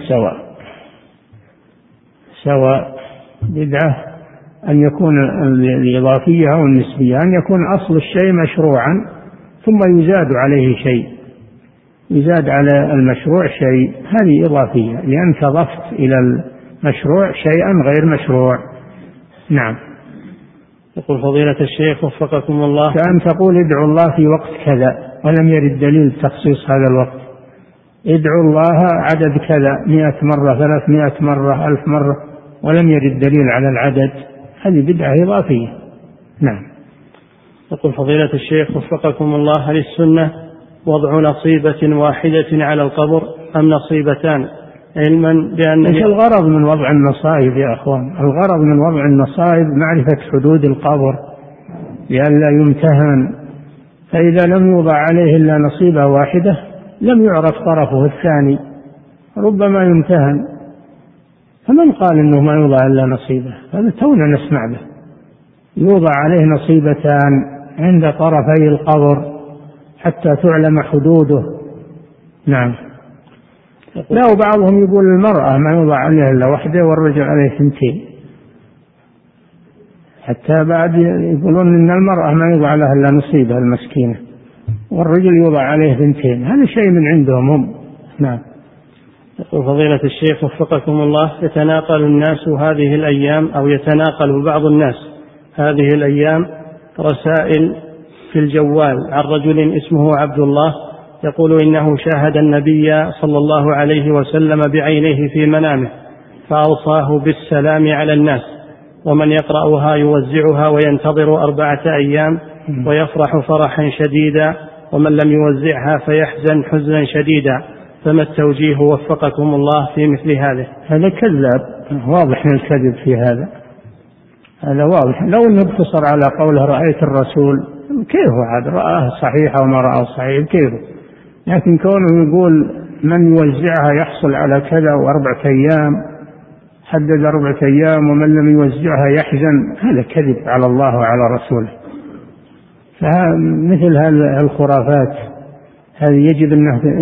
سواء. بدعة أن يكون الإضافية أو النسبية أن يكون أصل الشيء مشروعا ثم يزاد عليه شيء، يزاد على المشروع شيء، هذه إضافية، لأنك ضفت إلى المشروع شيئا غير مشروع. نعم. يقول فضيلة الشيخ وفقكم الله: كأن تقول ادعوا الله في وقت كذا ولم يرد دليل تخصيص هذا الوقت. ادعوا الله عدد كذا 100 مرة 300 مرة 1000 مرة ولم يرد دليل على العدد، هذه بدعة إضافية. نعم. يقول فضيلة الشيخ وفقكم الله: هل السنة وضع نصيبة واحدة على القبر أم نصيبتان، علما بأن ليس الغرض من وضع النصائب يا أخوان، الغرض من وضع النصائب معرفة حدود القبر لئلا يمتهن، فإذا لم يوضع عليه إلا نصيبة واحدة لم يعرف طرفه الثاني، ربما يمتهن. فمن قال إنه ما يوضع إلا نصيبة؟ هذا تونا نسمع به. يوضع عليه نصيبتان عند طرفي القبر حتى تعلم حدوده. نعم. لا، وبعضهم يقول المرأة ما يوضع عليها إلا واحدة والرجل عليه 2، حتى بعد يقولون إن المرأة ما يوضع لها إلا نصيبها المسكينة والرجل يوضع عليه 2، هذا شيء من عندهم هم. نعم. يقول فضيلة الشيخ وفقكم الله: يتناقل الناس هذه الأيام، أو يتناقل بعض الناس هذه الأيام رسائل في الجوال عن رجل اسمه عبد الله يقول إنه شاهد النبي صلى الله عليه وسلم بعينيه في منامه فأوصاه بالسلام على الناس، ومن يقرأها يوزعها وينتظر 4 أيام ويفرح فرحا شديدا، ومن لم يوزعها فيحزن حزنا شديدا، فما التوجيه وفقكم الله في مثل هذا؟ هذا كذاب، واضح من الكذب في هذا واضح. لو أنه اقتصر على قوله رأيت الرسول، كيف هذا؟ رآه صحيح أو ما رآه صحيح كيف؟ لكن كونه يقول من يوزعها يحصل على كذا و4 أيام، حدد 4 أيام، ومن لم يوزعها يحزن، هذا كذب على الله وعلى رسوله. فمثل هذه الخرافات هذه يجب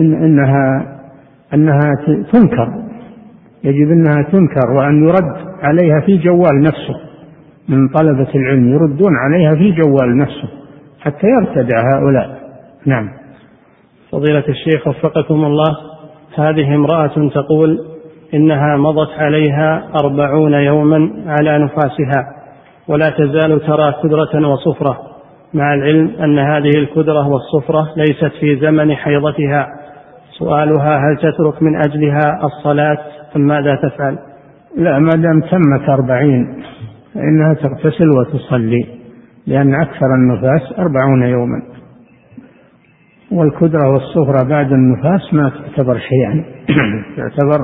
أنها تنكر، يجب أنها تنكر، وأن يرد عليها في جوال نفسه من طلبة العلم، يردون عليها في جوال نفسه حتى يرتدع هؤلاء. نعم. فضيلة الشيخ وفقكم الله: هذه امرأة تقول إنها مضت عليها 40 يوما على نفاسها ولا تزال ترى كدرة وصفرة، مع العلم أن هذه الكدرة والصفرة ليست في زمن حيضتها. سؤالها: هل تترك من أجلها الصلاة أم ماذا تفعل؟ لا، ما دام تمت 40 فإنها تغتسل وتصلي، لأن أكثر النفاس 40 يوما، والكدرة والصفرة بعد النفاس ما تعتبر شيئا تعتبر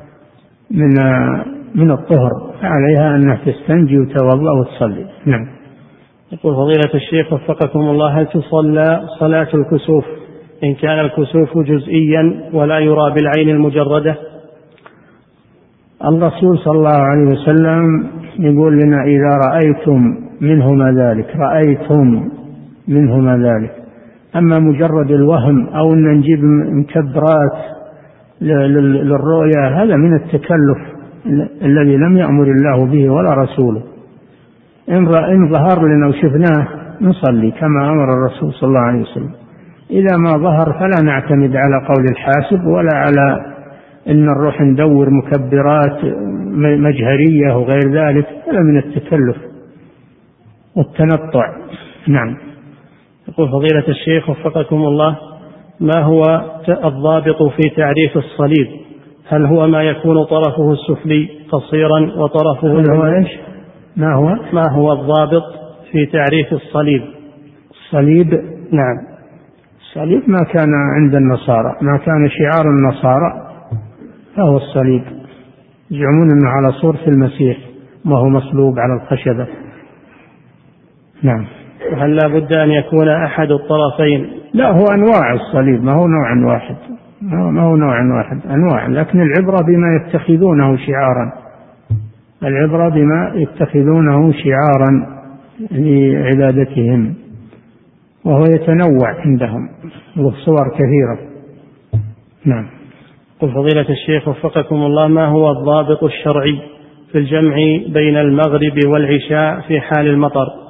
من الطهر، فعليها أنها تستنجي وتوضأ وتصلي. نعم. يقول فضيلة الشيخ وفقكم الله: هل تصلى صلاة الكسوف إن كان الكسوف جزئيا ولا يرى بالعين المجردة؟ الرسول صلى الله عليه وسلم يقول لنا إذا رأيتم منهما ذلك، رأيتم منهما ذلك. أما مجرد الوهم أو أن نجيب مكبرات للرؤيا، هذا من التكلف الذي لم يأمر الله به ولا رسوله. إن ظهر لنا وشفناه نصلي كما أمر الرسول صلى الله عليه وسلم. إذا ما ظهر فلا نعتمد على قول الحاسب ولا على إن نروح ندور مكبرات مجهرية وغير ذلك، هذا من التكلف والتنطع. نعم. يقول فضيلة الشيخ وفقكم الله: ما هو الضابط في تعريف الصليب؟ هل هو ما يكون طرفه السفلي قصيرا وطرفه هو إيش؟ ما هو الضابط في تعريف الصليب؟ الصليب. نعم. الصليب ما كان عند النصارى، ما كان شعار النصارى فهو الصليب، يزعمون أنه على صورة المسيح ما هو مصلوب على الخشبة. نعم. وهل لا بد أن يكون أحد الطرفين؟ لا، هو أنواع الصليب، ما هو نوع واحد، ما هو نوع واحد، أنواع، لكن العبرة بما يتخذونه شعارا، العبرة بما يتخذونه شعارا لعبادتهم، وهو يتنوع عندهم له صور كثيرة. نعم. قل فضيلة الشيخ وفقكم الله، ما هو الضابط الشرعي في الجمع بين المغرب والعشاء في حال المطر؟